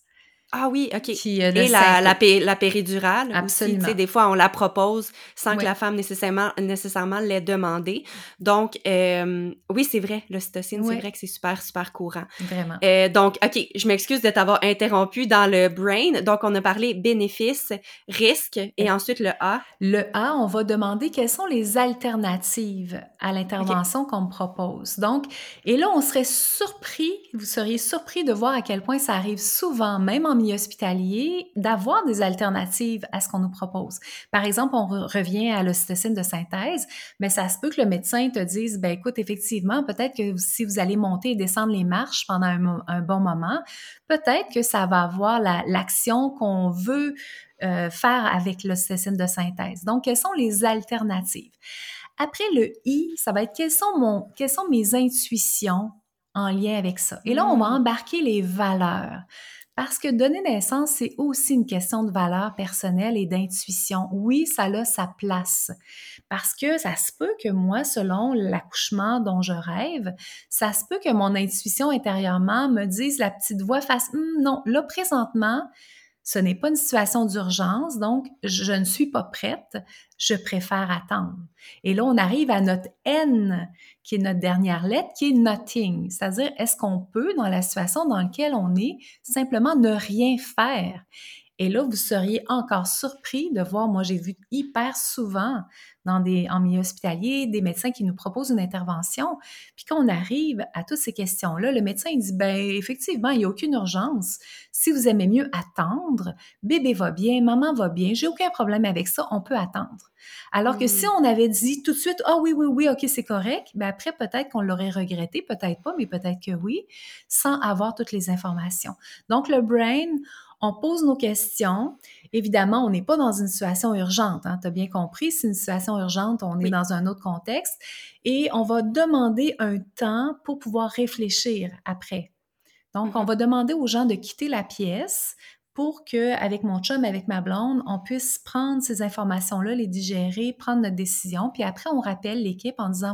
Ah oui, OK. qui Et le synthèse. la péridurale aussi, tu sais, Absolument. des fois, on la propose sans que Oui, la femme nécessairement l'ait demandé. Donc, oui, c'est vrai, l'ocytocine, c'est oui, vrai que c'est super, super courant. vraiment. Donc, OK, je m'excuse de t'avoir interrompu dans le brain. Donc, on a parlé bénéfices, risques et ensuite le A. Le A, on va demander quelles sont les alternatives à OK. l'intervention qu'on me propose. Donc, et là, on serait surpris, vous seriez surpris de voir à quel point ça arrive souvent, même en milieu hospitalier, d'avoir des alternatives à ce qu'on nous propose. Par exemple, on revient à l'ocytocine de synthèse, mais ça se peut que le médecin te dise, ben écoute, effectivement, peut-être que si vous allez monter et descendre les marches pendant un bon moment, peut-être que ça va avoir l'action qu'on veut faire avec l'ocytocine de synthèse. Donc, quelles sont les alternatives? Après le I, ça va être quelles sont mes intuitions en lien avec ça. Et là, on va Mmh. embarquer les valeurs. Parce que donner naissance, c'est aussi une question de valeur personnelle et d'intuition. Oui, ça a sa place. Parce que ça se peut que moi, selon l'accouchement dont je rêve, ça se peut que mon intuition intérieurement me dise, la petite voix fasse, non, là, présentement, ce n'est pas une situation d'urgence, donc je ne suis pas prête, je préfère attendre. Et là, on arrive à notre N, qui est notre dernière lettre, qui est nothing. C'est-à-dire, est-ce qu'on peut, dans la situation dans laquelle on est, simplement ne rien faire? Et là, vous seriez encore surpris de voir, moi j'ai vu hyper souvent en milieu hospitalier, des médecins qui nous proposent une intervention, puis quand on arrive à toutes ces questions-là, le médecin il dit, ben effectivement, il n'y a aucune urgence. Si vous aimez mieux attendre, bébé va bien, maman va bien, j'ai aucun problème avec ça, on peut attendre. Alors que si Mmh. on avait dit tout de suite, ah oui, oui, oui, ok, c'est correct, ben après peut-être qu'on l'aurait regretté, peut-être pas, mais peut-être que oui, sans avoir toutes les informations. Donc le brain, on pose nos questions. Évidemment, on n'est pas dans une situation urgente. Hein, tu as bien compris, c'est une situation urgente, on est Oui. dans un autre contexte. Et on va demander un temps pour pouvoir réfléchir après. Donc, on Mmh. va demander aux gens de quitter la pièce pour que, avec mon chum, avec ma blonde, on puisse prendre ces informations-là, les digérer, prendre notre décision. Puis après, on rappelle l'équipe en disant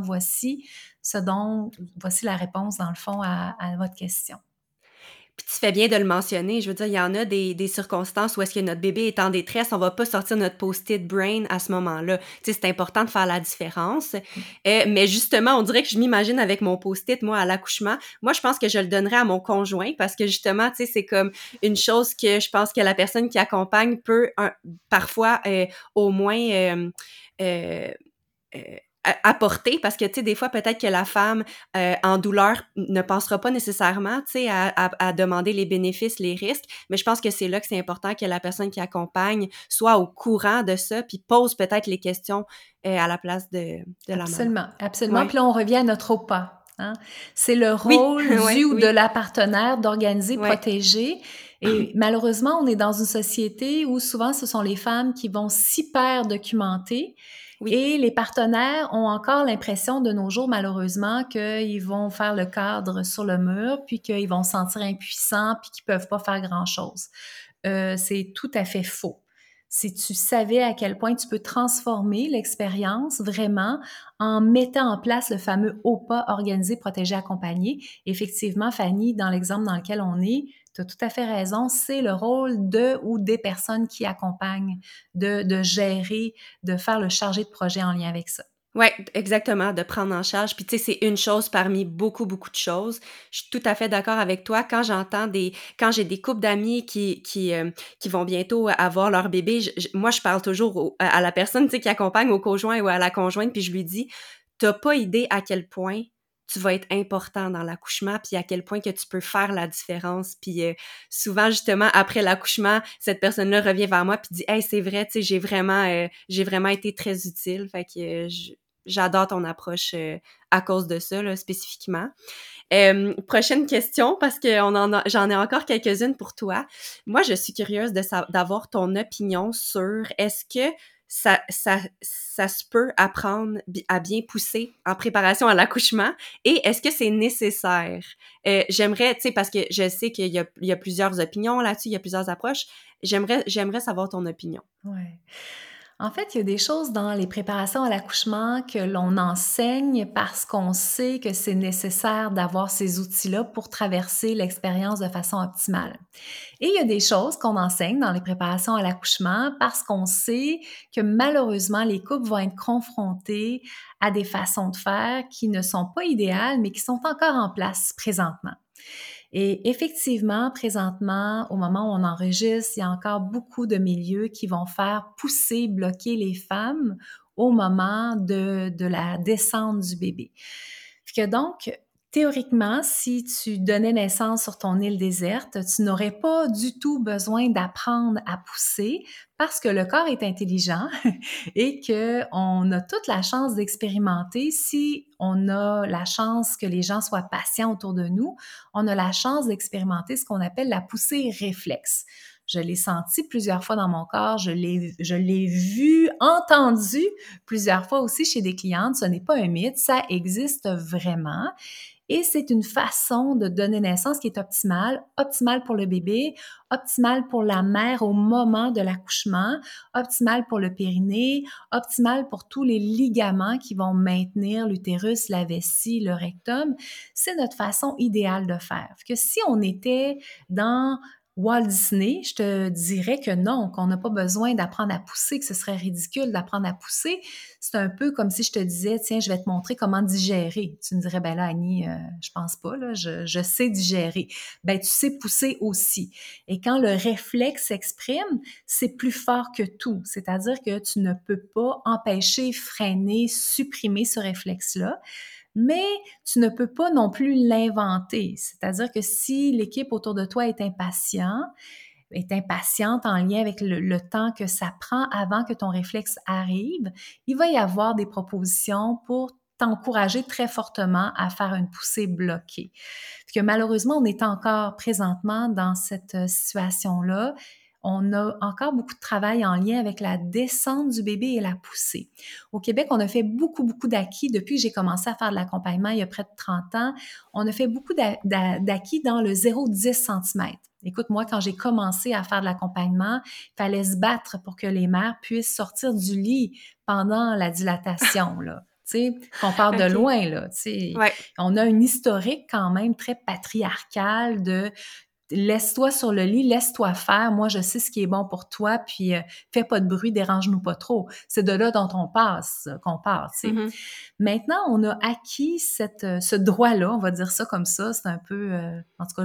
voici la réponse dans le fond à votre question. Puis tu fais bien de le mentionner. Je veux dire, il y en a des circonstances où est-ce que notre bébé est en détresse, on va pas sortir notre post-it brain à ce moment-là. Tu sais, c'est important de faire la différence. Mais justement, on dirait que je m'imagine avec mon post-it, moi, à l'accouchement. Moi, je pense que je le donnerais à mon conjoint parce que justement, tu sais, c'est comme une chose que je pense que la personne qui accompagne peut parfois au moins euh, euh, apporter parce que, tu sais, des fois, peut-être que la femme en douleur ne pensera pas nécessairement, tu sais, à demander les bénéfices, les risques, mais je pense que c'est là que c'est important que la personne qui accompagne soit au courant de ça puis pose peut-être les questions à la place de la maman. Absolument, absolument. Ouais. Puis là, on revient à notre OPA. Hein? C'est le Oui, rôle du ouais, ou de oui, la partenaire d'organiser, ouais, protéger. Et malheureusement, on est dans une société où souvent ce sont les femmes qui vont s'hyper documenter oui. et les partenaires ont encore l'impression de nos jours, malheureusement, qu'ils vont faire le cadre sur le mur, puis qu'ils vont se sentir impuissants, puis qu'ils peuvent pas faire grand-chose. C'est tout à fait faux. Si tu savais à quel point tu peux transformer l'expérience vraiment en mettant en place le fameux OPA, organisé, protégé, accompagné. Effectivement, Fanny, dans l'exemple dans lequel on est, tu as tout à fait raison, c'est le rôle de ou des personnes qui accompagnent de gérer, de faire le chargé de projet en lien avec ça. Ouais, exactement, de prendre en charge. Puis tu sais, c'est une chose parmi beaucoup, beaucoup de choses. Je suis tout à fait d'accord avec toi. Quand j'ai des couples d'amis qui vont bientôt avoir leur bébé, moi, je parle toujours à la personne, tu sais, qui accompagne au conjoint ou à la conjointe, puis je lui dis, t'as pas idée à quel point tu vas être important dans l'accouchement, puis à quel point que tu peux faire la différence. Puis souvent, justement, après l'accouchement, cette personne-là revient vers moi puis dit, hey, c'est vrai, tu sais, j'ai vraiment été très utile. Fait que j'adore ton approche à cause de ça, là, spécifiquement. Prochaine question, parce que j'en ai encore quelques-unes pour toi. Moi, je suis curieuse d'avoir ton opinion sur est-ce que ça se peut apprendre à bien pousser en préparation à l'accouchement et est-ce que c'est nécessaire? J'aimerais, tu sais, parce que je sais il y a plusieurs opinions là-dessus, il y a plusieurs approches. J'aimerais savoir ton opinion. Ouais. En fait, il y a des choses dans les préparations à l'accouchement que l'on enseigne parce qu'on sait que c'est nécessaire d'avoir ces outils-là pour traverser l'expérience de façon optimale. Et il y a des choses qu'on enseigne dans les préparations à l'accouchement parce qu'on sait que malheureusement, les couples vont être confrontés à des façons de faire qui ne sont pas idéales, mais qui sont encore en place présentement. Et effectivement, présentement, au moment où on enregistre, il y a encore beaucoup de milieux qui vont faire pousser, bloquer les femmes au moment de la descente du bébé. Fait que donc, théoriquement, si tu donnais naissance sur ton île déserte, tu n'aurais pas du tout besoin d'apprendre à pousser parce que le corps est intelligent et qu'on a toute la chance d'expérimenter. Si on a la chance que les gens soient patients autour de nous, on a la chance d'expérimenter ce qu'on appelle la poussée réflexe. Je l'ai senti plusieurs fois dans mon corps, je l'ai vu, entendu plusieurs fois aussi chez des clientes. Ce n'est pas un mythe, ça existe vraiment. Et c'est une façon de donner naissance qui est optimale, optimale pour le bébé, optimale pour la mère au moment de l'accouchement, optimale pour le périnée, optimale pour tous les ligaments qui vont maintenir l'utérus, la vessie, le rectum. C'est notre façon idéale de faire. Que si on était dans Walt Disney, je te dirais que non, qu'on n'a pas besoin d'apprendre à pousser, que ce serait ridicule d'apprendre à pousser. C'est un peu comme si je te disais, tiens, je vais te montrer comment digérer. Tu me dirais, ben là, Annie, je pense pas, là, je sais digérer. Ben, tu sais pousser aussi. Et quand le réflexe s'exprime, c'est plus fort que tout. C'est-à-dire que tu ne peux pas empêcher, freiner, supprimer ce réflexe-là. Mais tu ne peux pas non plus l'inventer. C'est-à-dire que si l'équipe autour de toi est impatiente en lien avec le temps que ça prend avant que ton réflexe arrive, il va y avoir des propositions pour t'encourager très fortement à faire une poussée bloquée. Parce que malheureusement, on est encore présentement dans cette situation-là. On a encore beaucoup de travail en lien avec la descente du bébé et la poussée. Au Québec, on a fait beaucoup, beaucoup d'acquis depuis que j'ai commencé à faire de l'accompagnement il y a près de 30 ans. On a fait beaucoup d'acquis dans le 0-10 cm. Écoute, moi, quand j'ai commencé à faire de l'accompagnement, il fallait se battre pour que les mères puissent sortir du lit pendant la dilatation, là. Tu sais, qu'on part de OK. loin, là. Tu sais, Ouais. on a une historique quand même très patriarcale de laisse-toi sur le lit, laisse-toi faire. Moi, je sais ce qui est bon pour toi, puis fais pas de bruit, dérange-nous pas trop. C'est de là dont qu'on part, tu sais. Mhm. Maintenant, on a acquis ce droit-là, on va dire ça comme ça. C'est un peu, en tout cas,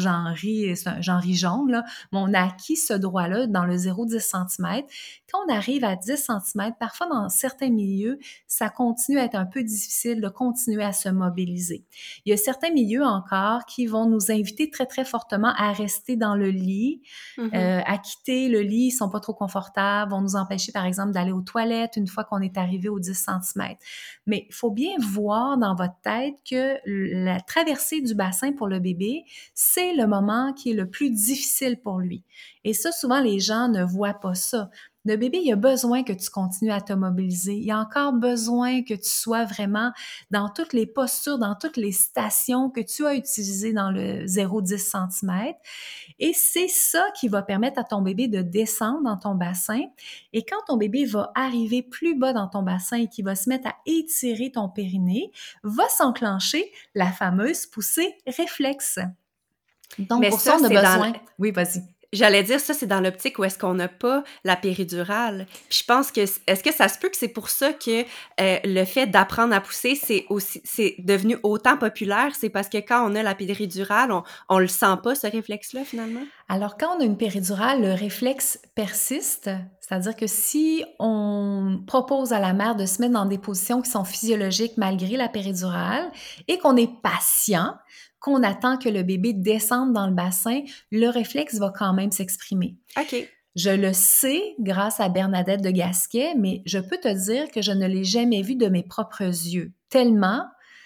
j'en ris jaune, là. Mais on a acquis ce droit-là dans le 0-10 cm. Quand on arrive à 10 cm, parfois dans certains milieux, ça continue à être un peu difficile de continuer à se mobiliser. Il y a certains milieux encore qui vont nous inviter très, très fortement à rester dans le lit, Mhm. à quitter le lit, ils sont pas trop confortables, vont nous empêcher, par exemple, d'aller aux toilettes une fois qu'on est arrivé aux 10 cm. Mais il faut bien voir dans votre tête que la traversée du bassin pour le bébé, c'est le moment qui est le plus difficile pour lui. Et ça, souvent, les gens ne voient pas ça. Le bébé, il a besoin que tu continues à te mobiliser. Il a encore besoin que tu sois vraiment dans toutes les postures, dans toutes les stations que tu as utilisées dans le 0-10 cm. Et c'est ça qui va permettre à ton bébé de descendre dans ton bassin. Et quand ton bébé va arriver plus bas dans ton bassin et qu'il va se mettre à étirer ton périnée, va s'enclencher la fameuse poussée réflexe. Donc, Mais pour ça, ça, on a c'est dans besoin... Oui, vas-y. J'allais dire ça, c'est dans l'optique où est-ce qu'on n'a pas la péridurale. Puis je pense que est-ce que ça se peut que c'est pour ça que le fait d'apprendre à pousser, c'est devenu autant populaire, c'est parce que quand on a la péridurale, on le sent pas ce réflexe-là finalement? Alors, quand on a une péridurale, le réflexe persiste, c'est-à-dire que si on propose à la mère de se mettre dans des positions qui sont physiologiques malgré la péridurale et qu'on est patient, qu'on attend que le bébé descende dans le bassin, le réflexe va quand même s'exprimer. OK. Je le sais grâce à Bernadette de Gasquet, mais je peux te dire que je ne l'ai jamais vu de mes propres yeux, tellement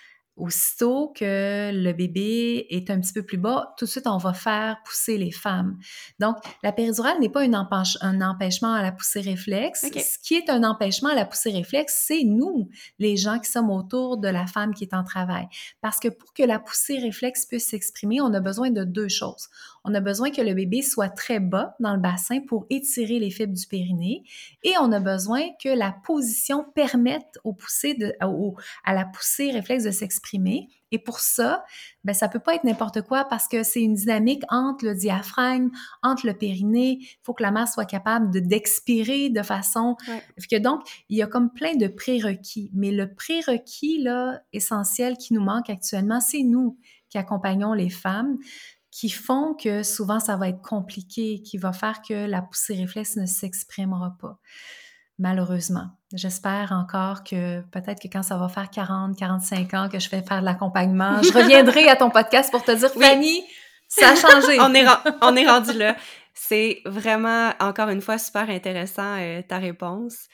aussitôt que le bébé est un petit peu plus bas, tout de suite, on va faire pousser les femmes. Donc, la péridurale n'est pas un empêchement à la poussée réflexe. OK. Ce qui est un empêchement à la poussée réflexe, c'est nous, les gens qui sommes autour de la femme qui est en travail. Parce que pour que la poussée réflexe puisse s'exprimer, on a besoin de deux choses. on a besoin que le bébé soit très bas dans le bassin pour étirer les fibres du périnée et on a besoin que la position permette à la poussée réflexe de s'exprimer. Et pour ça, ben, ça peut pas être n'importe quoi parce que c'est une dynamique entre le diaphragme, entre le périnée. Il faut que la mère soit capable d'expirer de façon... Que donc, il y a comme plein de prérequis. Mais le prérequis là, essentiel qui nous manque actuellement, c'est nous qui accompagnons les femmes qui font que souvent ça va être compliqué, qui va faire que la poussée réflexe ne s'exprimera pas. Malheureusement. J'espère encore que peut-être que quand ça va faire 40, 45 ans que je vais faire de l'accompagnement, je reviendrai à ton podcast pour te dire, Fanny, ça a changé. On est rendu là. C'est vraiment, encore une fois, super intéressant ta réponse.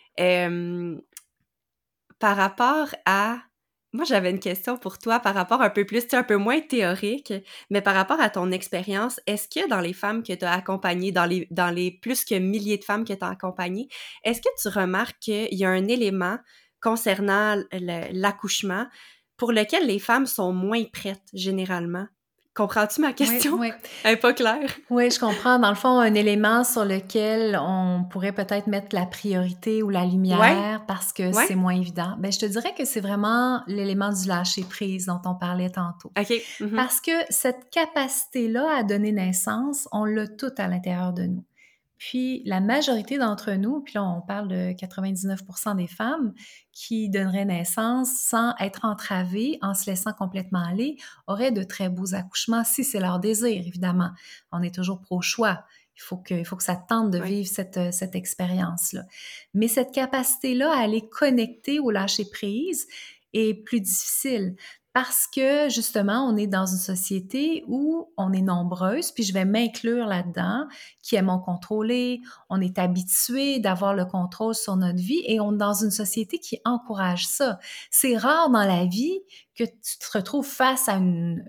Par rapport à... Moi, j'avais une question pour toi par rapport un peu plus, un peu moins théorique, mais par rapport à ton expérience, est-ce que dans les femmes que tu as accompagnées, dans les plus que milliers de femmes que tu as accompagnées, est-ce que tu remarques qu'il y a un élément concernant l'accouchement pour lequel les femmes sont moins prêtes, généralement? Comprends-tu ma question? Oui. Elle n'est pas claire. Oui, je comprends. Dans le fond, un élément sur lequel on pourrait peut-être mettre la priorité ou la lumière parce que c'est moins évident. Ben, je te dirais que c'est vraiment l'élément du lâcher-prise dont on parlait tantôt. OK. Mm-hmm. Parce que cette capacité-là à donner naissance, on l'a toute à l'intérieur de nous. Puis la majorité d'entre nous, puis là on parle de 99% des femmes qui donneraient naissance sans être entravées, en se laissant complètement aller, auraient de très beaux accouchements si c'est leur désir, évidemment. On est toujours pro-choix. Il faut que ça tente de vivre cette expérience-là. Mais cette capacité-là à aller connecter au lâcher-prise est plus difficile. Parce que, justement, on est dans une société où on est nombreuses, puis je vais m'inclure là-dedans, qui aimons contrôler, on est habitué d'avoir le contrôle sur notre vie et on est dans une société qui encourage ça. C'est rare dans la vie que tu te retrouves face à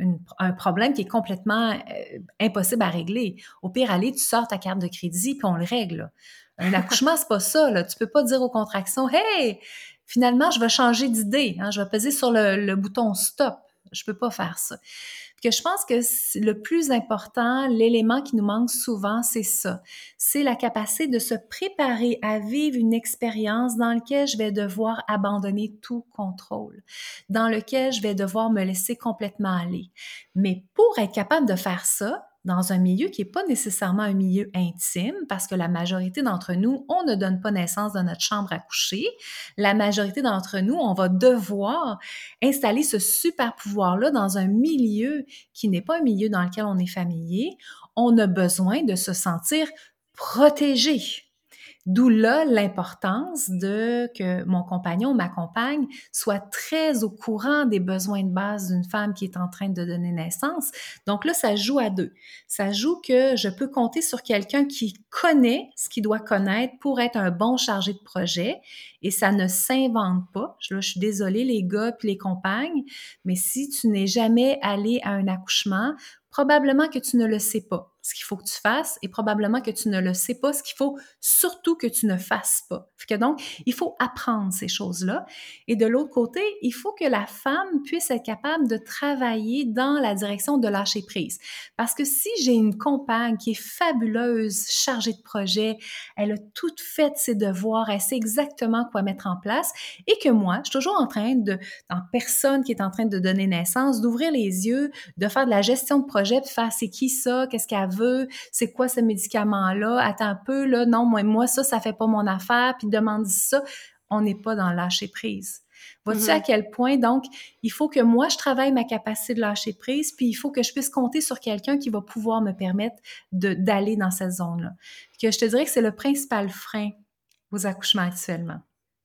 un problème qui est complètement impossible à régler. Au pire, allez, tu sors ta carte de crédit puis on le règle. Un accouchement, c'est pas ça, là. Tu peux pas dire aux contractions « Hey! » Finalement, je vais changer d'idée, je vais peser sur le bouton stop. Je peux pas faire ça. Que je pense que le plus important, l'élément qui nous manque souvent, c'est ça. C'est la capacité de se préparer à vivre une expérience dans laquelle je vais devoir abandonner tout contrôle, dans lequel je vais devoir me laisser complètement aller. Mais pour être capable de faire ça, dans un milieu qui n'est pas nécessairement un milieu intime, parce que la majorité d'entre nous, on ne donne pas naissance dans notre chambre à coucher. La majorité d'entre nous, on va devoir installer ce super pouvoir-là dans un milieu qui n'est pas un milieu dans lequel on est familier. On a besoin de se sentir protégé. D'où là l'importance de que mon compagnon ou ma compagne soit très au courant des besoins de base d'une femme qui est en train de donner naissance. Donc là, ça joue à deux. Ça joue que je peux compter sur quelqu'un qui connaît ce qu'il doit connaître pour être un bon chargé de projet et ça ne s'invente pas. Là, je suis désolée les gars puis les compagnes, mais si tu n'es jamais allé à un accouchement, probablement que tu ne le sais pas ce qu'il faut que tu fasses et probablement que tu ne le sais pas ce qu'il faut surtout que tu ne fasses pas. Fait que donc, il faut apprendre ces choses-là. Et de l'autre côté, il faut que la femme puisse être capable de travailler dans la direction de lâcher prise. Parce que si j'ai une compagne qui est fabuleuse, chargée de projet, elle a tout fait ses devoirs, elle sait exactement quoi mettre en place et que moi, je suis toujours en personne qui est en train de donner naissance, d'ouvrir les yeux, de faire de la gestion de projet, de faire c'est qui ça, qu'est-ce qu'elle veut, c'est quoi ce médicament-là, attends un peu, là, non, moi, ça fait pas mon affaire, puis demande ça. On n'est pas dans le lâcher prise. Vois-tu à quel point, donc, il faut que moi, je travaille ma capacité de lâcher prise, puis il faut que je puisse compter sur quelqu'un qui va pouvoir me permettre d'aller dans cette zone-là. Que je te dirais que c'est le principal frein aux accouchements actuellement.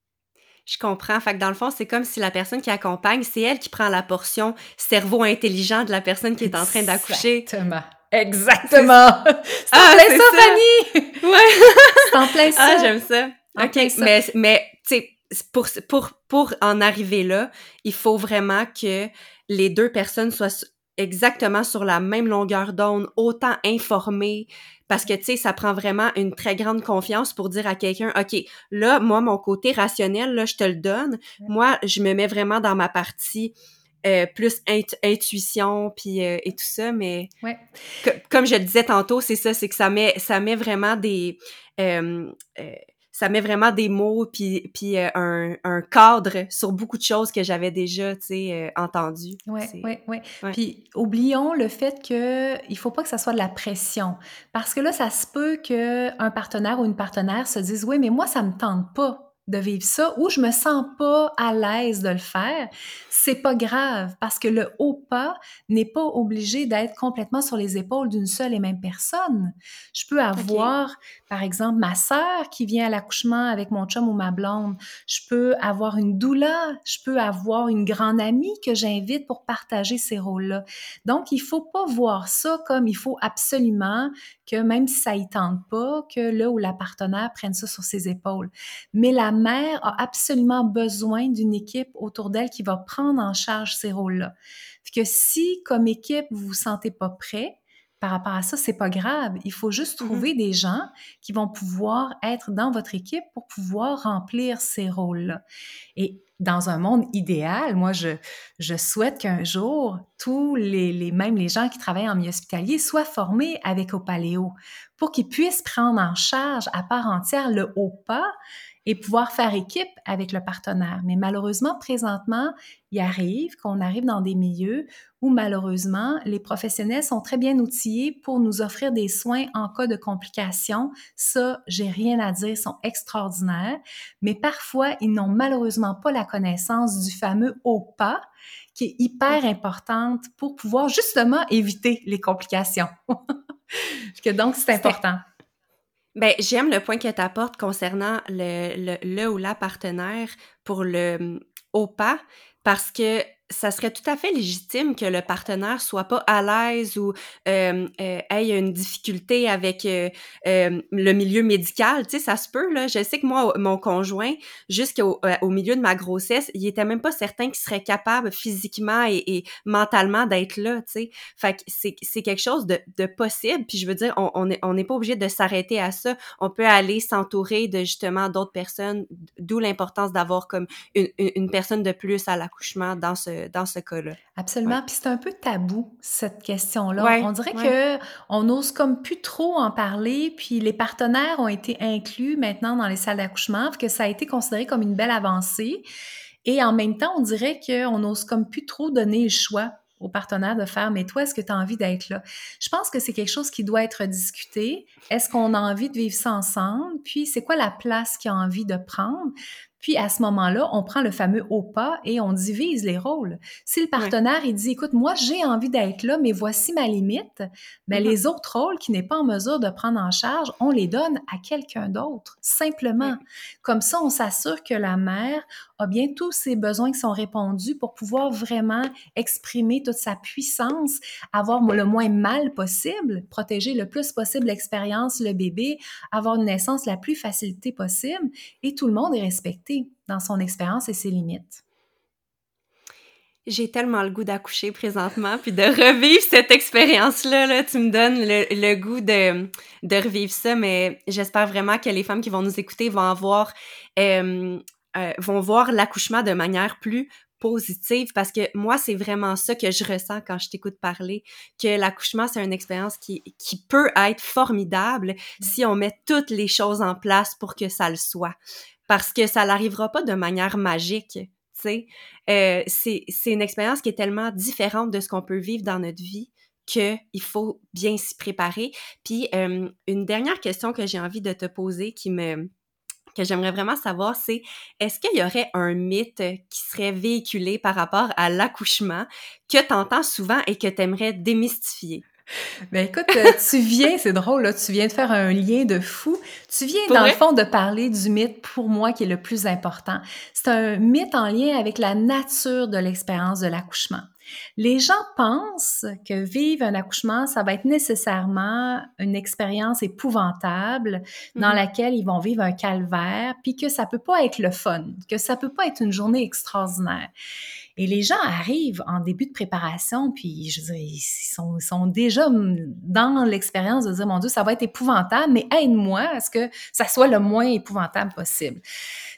Je comprends. Fait que dans le fond, c'est comme si la personne qui accompagne, c'est elle qui prend la portion cerveau intelligent de la personne qui est en train d'accoucher. Exactement. C'est en plein ça, Fanny! Ouais. C'est en plein ça. Ah, j'aime ça. OK, mais tu sais, pour en arriver là, il faut vraiment que les deux personnes soient exactement sur la même longueur d'onde, autant informées, parce que, tu sais, ça prend vraiment une très grande confiance pour dire à quelqu'un, OK, là, moi, mon côté rationnel, là, je te le donne. Moi, je me mets vraiment dans ma partie plus intuition puis et tout ça, mais Ouais. comme je le disais tantôt, c'est ça, c'est que ça met vraiment des euh, euh, ça met vraiment des mots puis un cadre sur beaucoup de choses que j'avais déjà, tu sais, entendues. Ouais, C'est ouais, ouais. ouais. Puis oublions le fait que il faut pas que ça soit de la pression, parce que là, ça se peut qu'un partenaire ou une partenaire se dise: «Oui, mais moi, ça me tente pas de vivre ça» ou «Je me sens pas à l'aise de le faire». C'est pas grave, parce que le haut pas n'est pas obligé d'être complètement sur les épaules d'une seule et même personne. Je peux OK. avoir, par exemple, ma sœur qui vient à l'accouchement avec mon chum ou ma blonde. Je peux avoir une doula, je peux avoir une grande amie que j'invite pour partager ces rôles-là. Donc, il faut pas voir ça comme il faut absolument que même si ça y tente pas, que là où la partenaire prenne ça sur ses épaules. Mais la mère a absolument besoin d'une équipe autour d'elle qui va prendre en charge ces rôles-là. Fait que si, comme équipe, vous vous sentez pas prêt, par rapport à ça, c'est pas grave. Il faut juste Mhm. trouver des gens qui vont pouvoir être dans votre équipe pour pouvoir remplir ces rôles-là. Et dans un monde idéal, moi, je souhaite qu'un jour, même les gens qui travaillent en milieu hospitalier soient formés avec Opaléo pour qu'ils puissent prendre en charge à part entière le haut pas et pouvoir faire équipe avec le partenaire. Mais malheureusement, présentement, il arrive qu'on arrive dans des milieux où malheureusement, les professionnels sont très bien outillés pour nous offrir des soins en cas de complications. Ça, j'ai rien à dire, ils sont extraordinaires. Mais parfois, ils n'ont malheureusement pas la connaissance du fameux haut pas qui est hyper importante pour pouvoir justement éviter les complications. Donc, c'est C'était important. Ben, j'aime le point que tu apportes concernant le ou la partenaire pour le OPA, parce que ça serait tout à fait légitime que le partenaire soit pas à l'aise ou ait une difficulté avec le milieu médical. Tu sais, ça se peut, là. Je sais que moi, mon conjoint, jusqu'au au milieu de ma grossesse, il était même pas certain qu'il serait capable physiquement et mentalement d'être là, tu sais. Fait que c'est quelque chose de possible. Puis je veux dire, on n'est pas obligé de s'arrêter à ça. On peut aller s'entourer de justement d'autres personnes, d'où l'importance d'avoir comme une personne de plus à l'accouchement dans ce cas-là. Absolument, Ouais. puis c'est un peu tabou, cette question-là. On Ouais, dirait ouais. qu'on ose comme plus trop en parler, puis les partenaires ont été inclus maintenant dans les salles d'accouchement, que ça a été considéré comme une belle avancée. Et en même temps, on dirait qu'on ose comme plus trop donner le choix aux partenaires de faire, mais toi, est-ce que tu as envie d'être là? Je pense que c'est quelque chose qui doit être discuté. Est-ce qu'on a envie de vivre ça ensemble? Puis, c'est quoi la place qu'il a envie de prendre? Puis, à ce moment-là, on prend le fameux haut pas et on divise les rôles. Si le Ouais. partenaire, il dit, écoute, moi, j'ai envie d'être là, mais voici ma limite, bien, Mhm. les autres rôles qu'il n'est pas en mesure de prendre en charge, on les donne à quelqu'un d'autre, simplement. Ouais. Comme ça, on s'assure que la mère a bien tous ses besoins qui sont répondus pour pouvoir vraiment exprimer toute sa puissance, avoir le moins mal possible, protéger le plus possible l'expérience, le bébé, avoir une naissance la plus facilitée possible et tout le monde est respecté dans son expérience et ses limites. J'ai tellement le goût d'accoucher présentement, puis de revivre cette expérience-là, là, tu me donnes le goût de revivre ça, mais j'espère vraiment que les femmes qui vont nous écouter vont voir l'accouchement de manière plus positive, parce que moi, c'est vraiment ça que je ressens quand je t'écoute parler, que l'accouchement, c'est une expérience qui peut être formidable si on met toutes les choses en place pour que ça le soit. Parce que ça n'arrivera pas de manière magique, tu sais. C'est une expérience qui est tellement différente de ce qu'on peut vivre dans notre vie qu'il faut bien s'y préparer. Puis, une dernière question que j'ai envie de te poser que j'aimerais vraiment savoir, c'est est-ce qu'il y aurait un mythe qui serait véhiculé par rapport à l'accouchement que tu entends souvent et que tu aimerais démystifier? Ben écoute, c'est drôle, là, tu viens de faire un lien de fou. Tu viens, Pour dans le vrai? fond, de parler du mythe, pour moi, qui est le plus important. C'est un mythe en lien avec la nature de l'expérience de l'accouchement. Les gens pensent que vivre un accouchement, ça va être nécessairement une expérience épouvantable dans Mhm. laquelle ils vont vivre un calvaire, puis que ça peut pas être le fun, que ça peut pas être une journée extraordinaire. Et les gens arrivent en début de préparation, puis je veux dire, ils sont déjà dans l'expérience de dire, mon Dieu, ça va être épouvantable, mais aide-moi à ce que ça soit le moins épouvantable possible.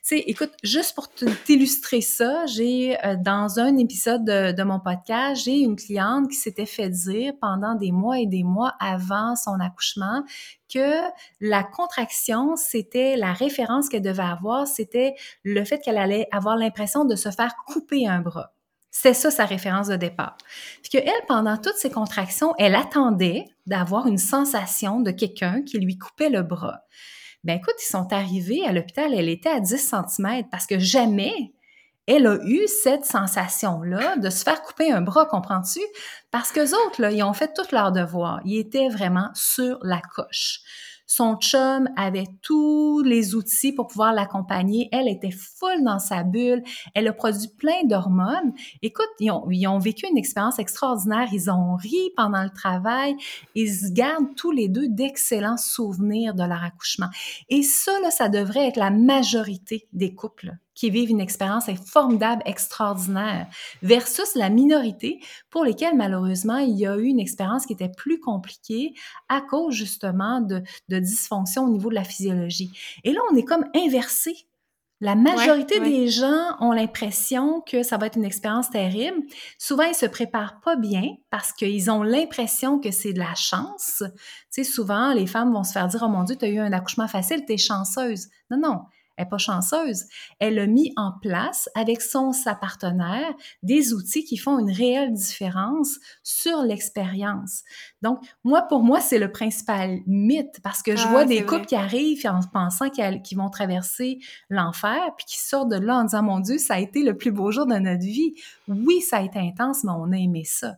sais, écoute, juste pour t'illustrer ça, j'ai dans un épisode de mon podcast, j'ai une cliente qui s'était fait dire pendant des mois et des mois avant son accouchement que la contraction, c'était la référence qu'elle devait avoir, c'était le fait qu'elle allait avoir l'impression de se faire couper un bras. C'est ça sa référence de départ. Puis qu'elle, pendant toutes ces contractions, elle attendait d'avoir une sensation de quelqu'un qui lui coupait le bras. Ben écoute, ils sont arrivés à l'hôpital, elle était à 10 centimètres parce que jamais elle a eu cette sensation-là de se faire couper un bras, comprends-tu? Parce qu'eux autres, là, ils ont fait tout leur devoir. Ils étaient vraiment sur la coche. Son chum avait tous les outils pour pouvoir l'accompagner. Elle était full dans sa bulle. Elle a produit plein d'hormones. Écoute, ils ont vécu une expérience extraordinaire. Ils ont ri pendant le travail. Ils se gardent tous les deux d'excellents souvenirs de leur accouchement. Et ça, là, ça devrait être la majorité des couples qui vivent une expérience formidable, extraordinaire, versus la minorité pour lesquels, malheureusement, il y a eu une expérience qui était plus compliquée à cause, justement, de dysfonction au niveau de la physiologie. Et là, on est comme inversé. La majorité des gens ont l'impression que ça va être une expérience terrible. Souvent, ils se préparent pas bien parce qu'ils ont l'impression que c'est de la chance. Tu sais, souvent, les femmes vont se faire dire « Oh mon Dieu, tu as eu un accouchement facile, tu es chanceuse. » Non, non. Elle n'est pas chanceuse. Elle a mis en place avec sa partenaire des outils qui font une réelle différence sur l'expérience. Donc, pour moi, c'est le principal mythe parce que je vois des couples qui arrivent en pensant qu'ils vont traverser l'enfer puis qui sortent de là en disant « Mon Dieu, ça a été le plus beau jour de notre vie. » Oui, ça a été intense, mais on a aimé ça.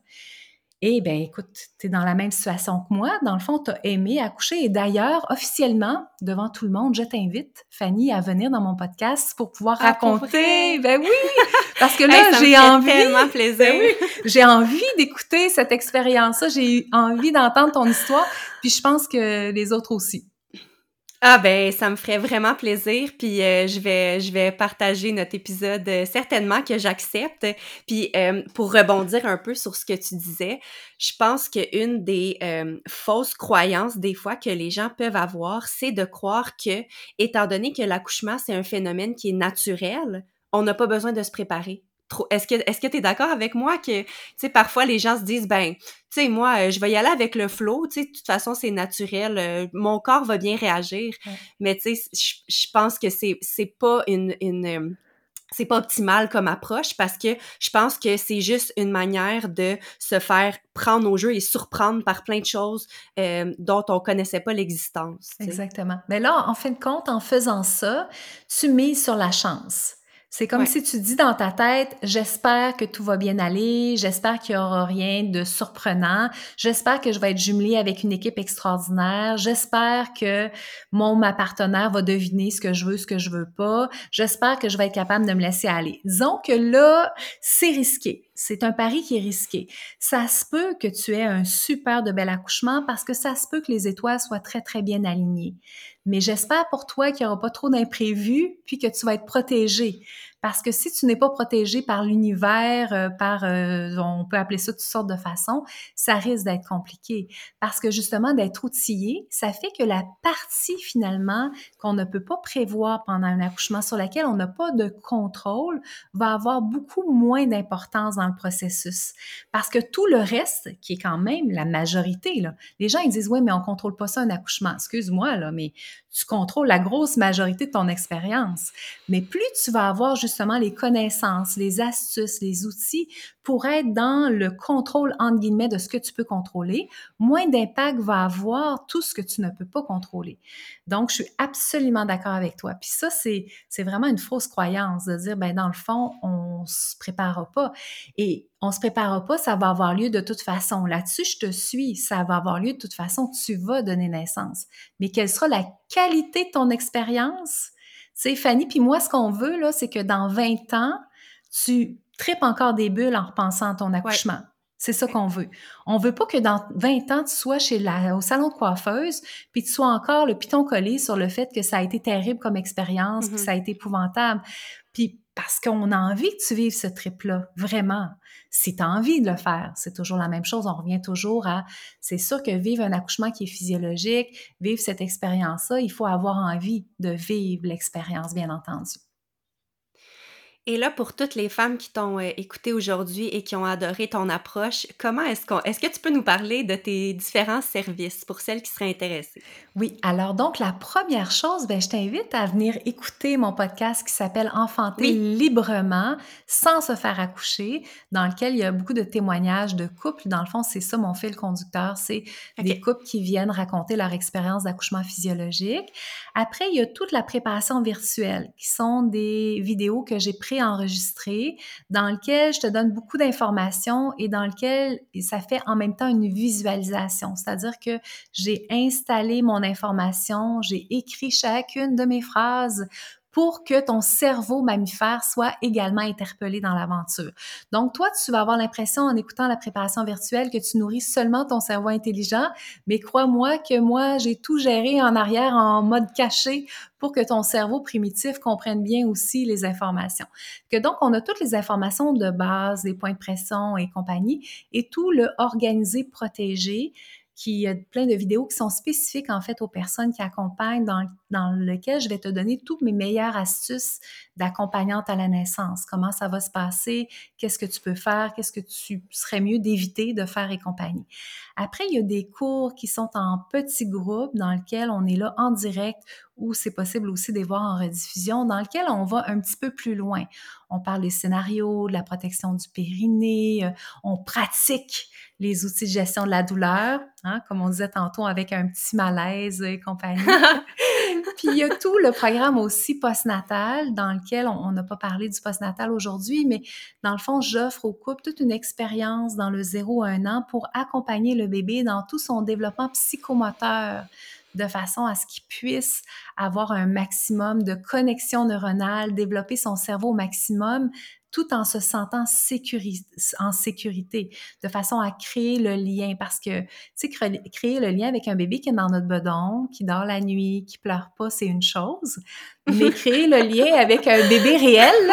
Eh bien, écoute, tu es dans la même situation que moi. Dans le fond, tu as aimé accoucher. Et d'ailleurs, officiellement, devant tout le monde, je t'invite, Fanny, à venir dans mon podcast pour pouvoir raconter. Ben oui! Parce que là, j'ai envie. Tellement plaisir. Ben oui, j'ai envie d'écouter cette expérience-là. J'ai envie d'entendre ton histoire. Puis je pense que les autres aussi. Ah ben, ça me ferait vraiment plaisir, puis je vais partager notre épisode certainement que j'accepte. Puis pour rebondir un peu sur ce que tu disais, je pense qu'une des fausses croyances des fois que les gens peuvent avoir, c'est de croire que, étant donné que l'accouchement, c'est un phénomène qui est naturel, on n'a pas besoin de se préparer. Est-ce que tu es d'accord avec moi que, tu sais, parfois les gens se disent, ben, tu sais, moi, je vais y aller avec le flow, tu sais, de toute façon, c'est naturel, mon corps va bien réagir. Ouais. Mais tu sais, je pense que c'est pas c'est pas optimal comme approche parce que je pense que c'est juste une manière de se faire prendre au jeu et surprendre par plein de choses dont on connaissait pas l'existence. T'sais. Exactement. Mais là, en fin de compte, en faisant ça, tu mises sur la chance. C'est comme si tu dis dans ta tête, j'espère que tout va bien aller, j'espère qu'il n'y aura rien de surprenant, j'espère que je vais être jumelée avec une équipe extraordinaire, j'espère que ma partenaire va deviner ce que je veux pas, j'espère que je vais être capable de me laisser aller. Disons que là, c'est risqué. C'est un pari qui est risqué. Ça se peut que tu aies un super de bel accouchement parce que ça se peut que les étoiles soient très, très bien alignées. Mais j'espère pour toi qu'il n'y aura pas trop d'imprévus puis que tu vas être protégé. Parce que si tu n'es pas protégé par l'univers, on peut appeler ça de toutes sortes de façons, ça risque d'être compliqué. Parce que justement, d'être outillé, ça fait que la partie finalement qu'on ne peut pas prévoir pendant un accouchement, sur laquelle on n'a pas de contrôle, va avoir beaucoup moins d'importance dans le processus. Parce que tout le reste, qui est quand même la majorité, là, les gens ils disent « Oui, mais on ne contrôle pas ça un accouchement. » Excuse-moi, là, mais tu contrôles la grosse majorité de ton expérience. Mais plus tu vas avoir justement les connaissances, les astuces, les outils pour être dans le contrôle, entre guillemets, de ce que tu peux contrôler, moins d'impact va avoir tout ce que tu ne peux pas contrôler. Donc, je suis absolument d'accord avec toi. Puis ça, c'est vraiment une fausse croyance de dire, ben dans le fond, on se préparera pas. Et on se préparera pas, ça va avoir lieu de toute façon. Là-dessus, je te suis, ça va avoir lieu de toute façon, tu vas donner naissance. Mais quelle sera la qualité de ton expérience? Tu sais, Fanny, puis moi, ce qu'on veut, là, c'est que dans 20 ans, tu tripes encore des bulles en repensant à ton accouchement. Ouais. C'est ça qu'on veut. On veut pas que dans 20 ans, tu sois au salon de coiffeuse, puis tu sois encore le piton collé sur le fait que ça a été terrible comme expérience, puis ça a été épouvantable. Puis parce qu'on a envie que tu vives ce trip-là, vraiment. Si tu as envie de le faire, c'est toujours la même chose. On revient toujours à, c'est sûr que vivre un accouchement qui est physiologique, vivre cette expérience-là, il faut avoir envie de vivre l'expérience, bien entendu. Et là, pour toutes les femmes qui t'ont écouté aujourd'hui et qui ont adoré ton approche, est-ce que tu peux nous parler de tes différents services pour celles qui seraient intéressées? Oui, alors donc la première chose, je t'invite à venir écouter mon podcast qui s'appelle Enfanter Oui, librement sans se faire accoucher, dans lequel il y a beaucoup de témoignages de couples. Dans le fond, c'est ça mon fil conducteur, c'est des OK. couples qui viennent raconter leur expérience d'accouchement physiologique. Après, il y a toute la préparation virtuelle, qui sont des vidéos que j'ai préenregistrées, dans lesquelles je te donne beaucoup d'informations et dans lesquelles ça fait en même temps une visualisation. C'est-à-dire que j'ai installé mon information, j'ai écrit chacune de mes phrases pour que ton cerveau mammifère soit également interpellé dans l'aventure. Donc, toi, tu vas avoir l'impression, en écoutant la préparation virtuelle, que tu nourris seulement ton cerveau intelligent, mais crois-moi que moi, j'ai tout géré en arrière en mode caché pour que ton cerveau primitif comprenne bien aussi les informations. Que donc, on a toutes les informations de base, les points de pression et compagnie, et tout le organisé, protégé, qui a plein de vidéos qui sont spécifiques en fait aux personnes qui accompagnent, dans lequel je vais te donner toutes mes meilleures astuces d'accompagnante à la naissance. Comment ça va se passer, qu'est-ce que tu peux faire, qu'est-ce que tu serais mieux d'éviter de faire et compagnie. Après, il y a des cours qui sont en petits groupes dans lesquels on est là en direct ou c'est possible aussi de les voir en rediffusion, dans lequel on va un petit peu plus loin. On parle des scénarios, de la protection du périnée, on pratique les outils de gestion de la douleur, hein, comme on disait tantôt, avec un petit malaise et compagnie. Puis il y a tout le programme aussi postnatal, dans lequel on n'a pas parlé du postnatal aujourd'hui, mais dans le fond, j'offre au couple toute une expérience dans le 0 à 1 an pour accompagner le bébé dans tout son développement psychomoteur, de façon à ce qu'il puisse avoir un maximum de connexion neuronale, développer son cerveau au maximum, tout en se sentant en sécurité, de façon à créer le lien. Parce que, tu sais, créer le lien avec un bébé qui est dans notre bedon, qui dort la nuit, qui pleure pas, c'est une chose. Mais créer le lien avec un bébé réel, là,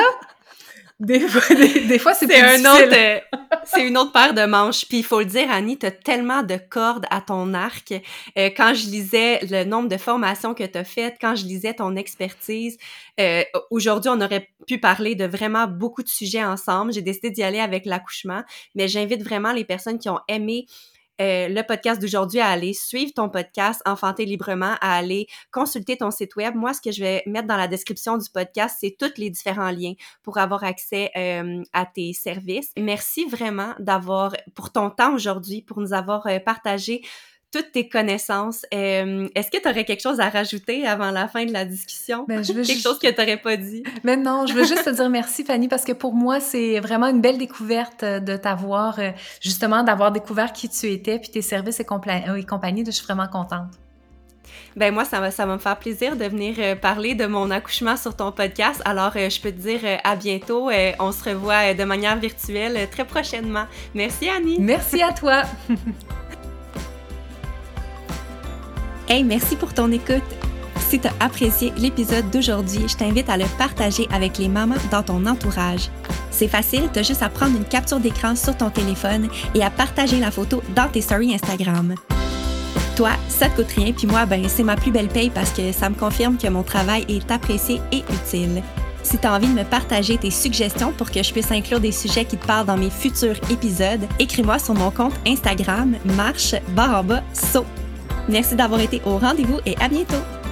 des fois, c'est plus difficile. C'est une autre paire de manches. Puis il faut le dire, Annie, t'as tellement de cordes à ton arc. Quand je lisais le nombre de formations que t'as faites, quand je lisais ton expertise, aujourd'hui, on aurait pu parler de vraiment beaucoup de sujets ensemble. J'ai décidé d'y aller avec l'accouchement, mais j'invite vraiment les personnes qui ont aimé le podcast d'aujourd'hui à aller suivre ton podcast Enfanter librement, à aller consulter ton site web. Moi, ce que je vais mettre dans la description du podcast, c'est tous les différents liens pour avoir accès à tes services. Merci vraiment pour ton temps aujourd'hui, pour nous avoir partagé toutes tes connaissances. Est-ce que tu aurais quelque chose à rajouter avant la fin de la discussion? Quelque chose que tu n'aurais pas dit? Mais non, je veux juste te dire merci, Fanny, parce que pour moi, c'est vraiment une belle découverte de t'avoir, justement, d'avoir découvert qui tu étais, puis tes services et compagnie. Je suis vraiment contente. Ben moi, ça va me faire plaisir de venir parler de mon accouchement sur ton podcast. Alors, je peux te dire à bientôt. On se revoit de manière virtuelle très prochainement. Merci, Annie! Merci à toi! Hey, merci pour ton écoute! Si tu as apprécié l'épisode d'aujourd'hui, je t'invite à le partager avec les mamans dans ton entourage. C'est facile, tu as juste à prendre une capture d'écran sur ton téléphone et à partager la photo dans tes stories Instagram. Toi, ça te coûte rien, puis moi, c'est ma plus belle paye parce que ça me confirme que mon travail est apprécié et utile. Si tu as envie de me partager tes suggestions pour que je puisse inclure des sujets qui te parlent dans mes futurs épisodes, écris-moi sur mon compte Instagram marche_saut. Merci d'avoir été au rendez-vous et à bientôt!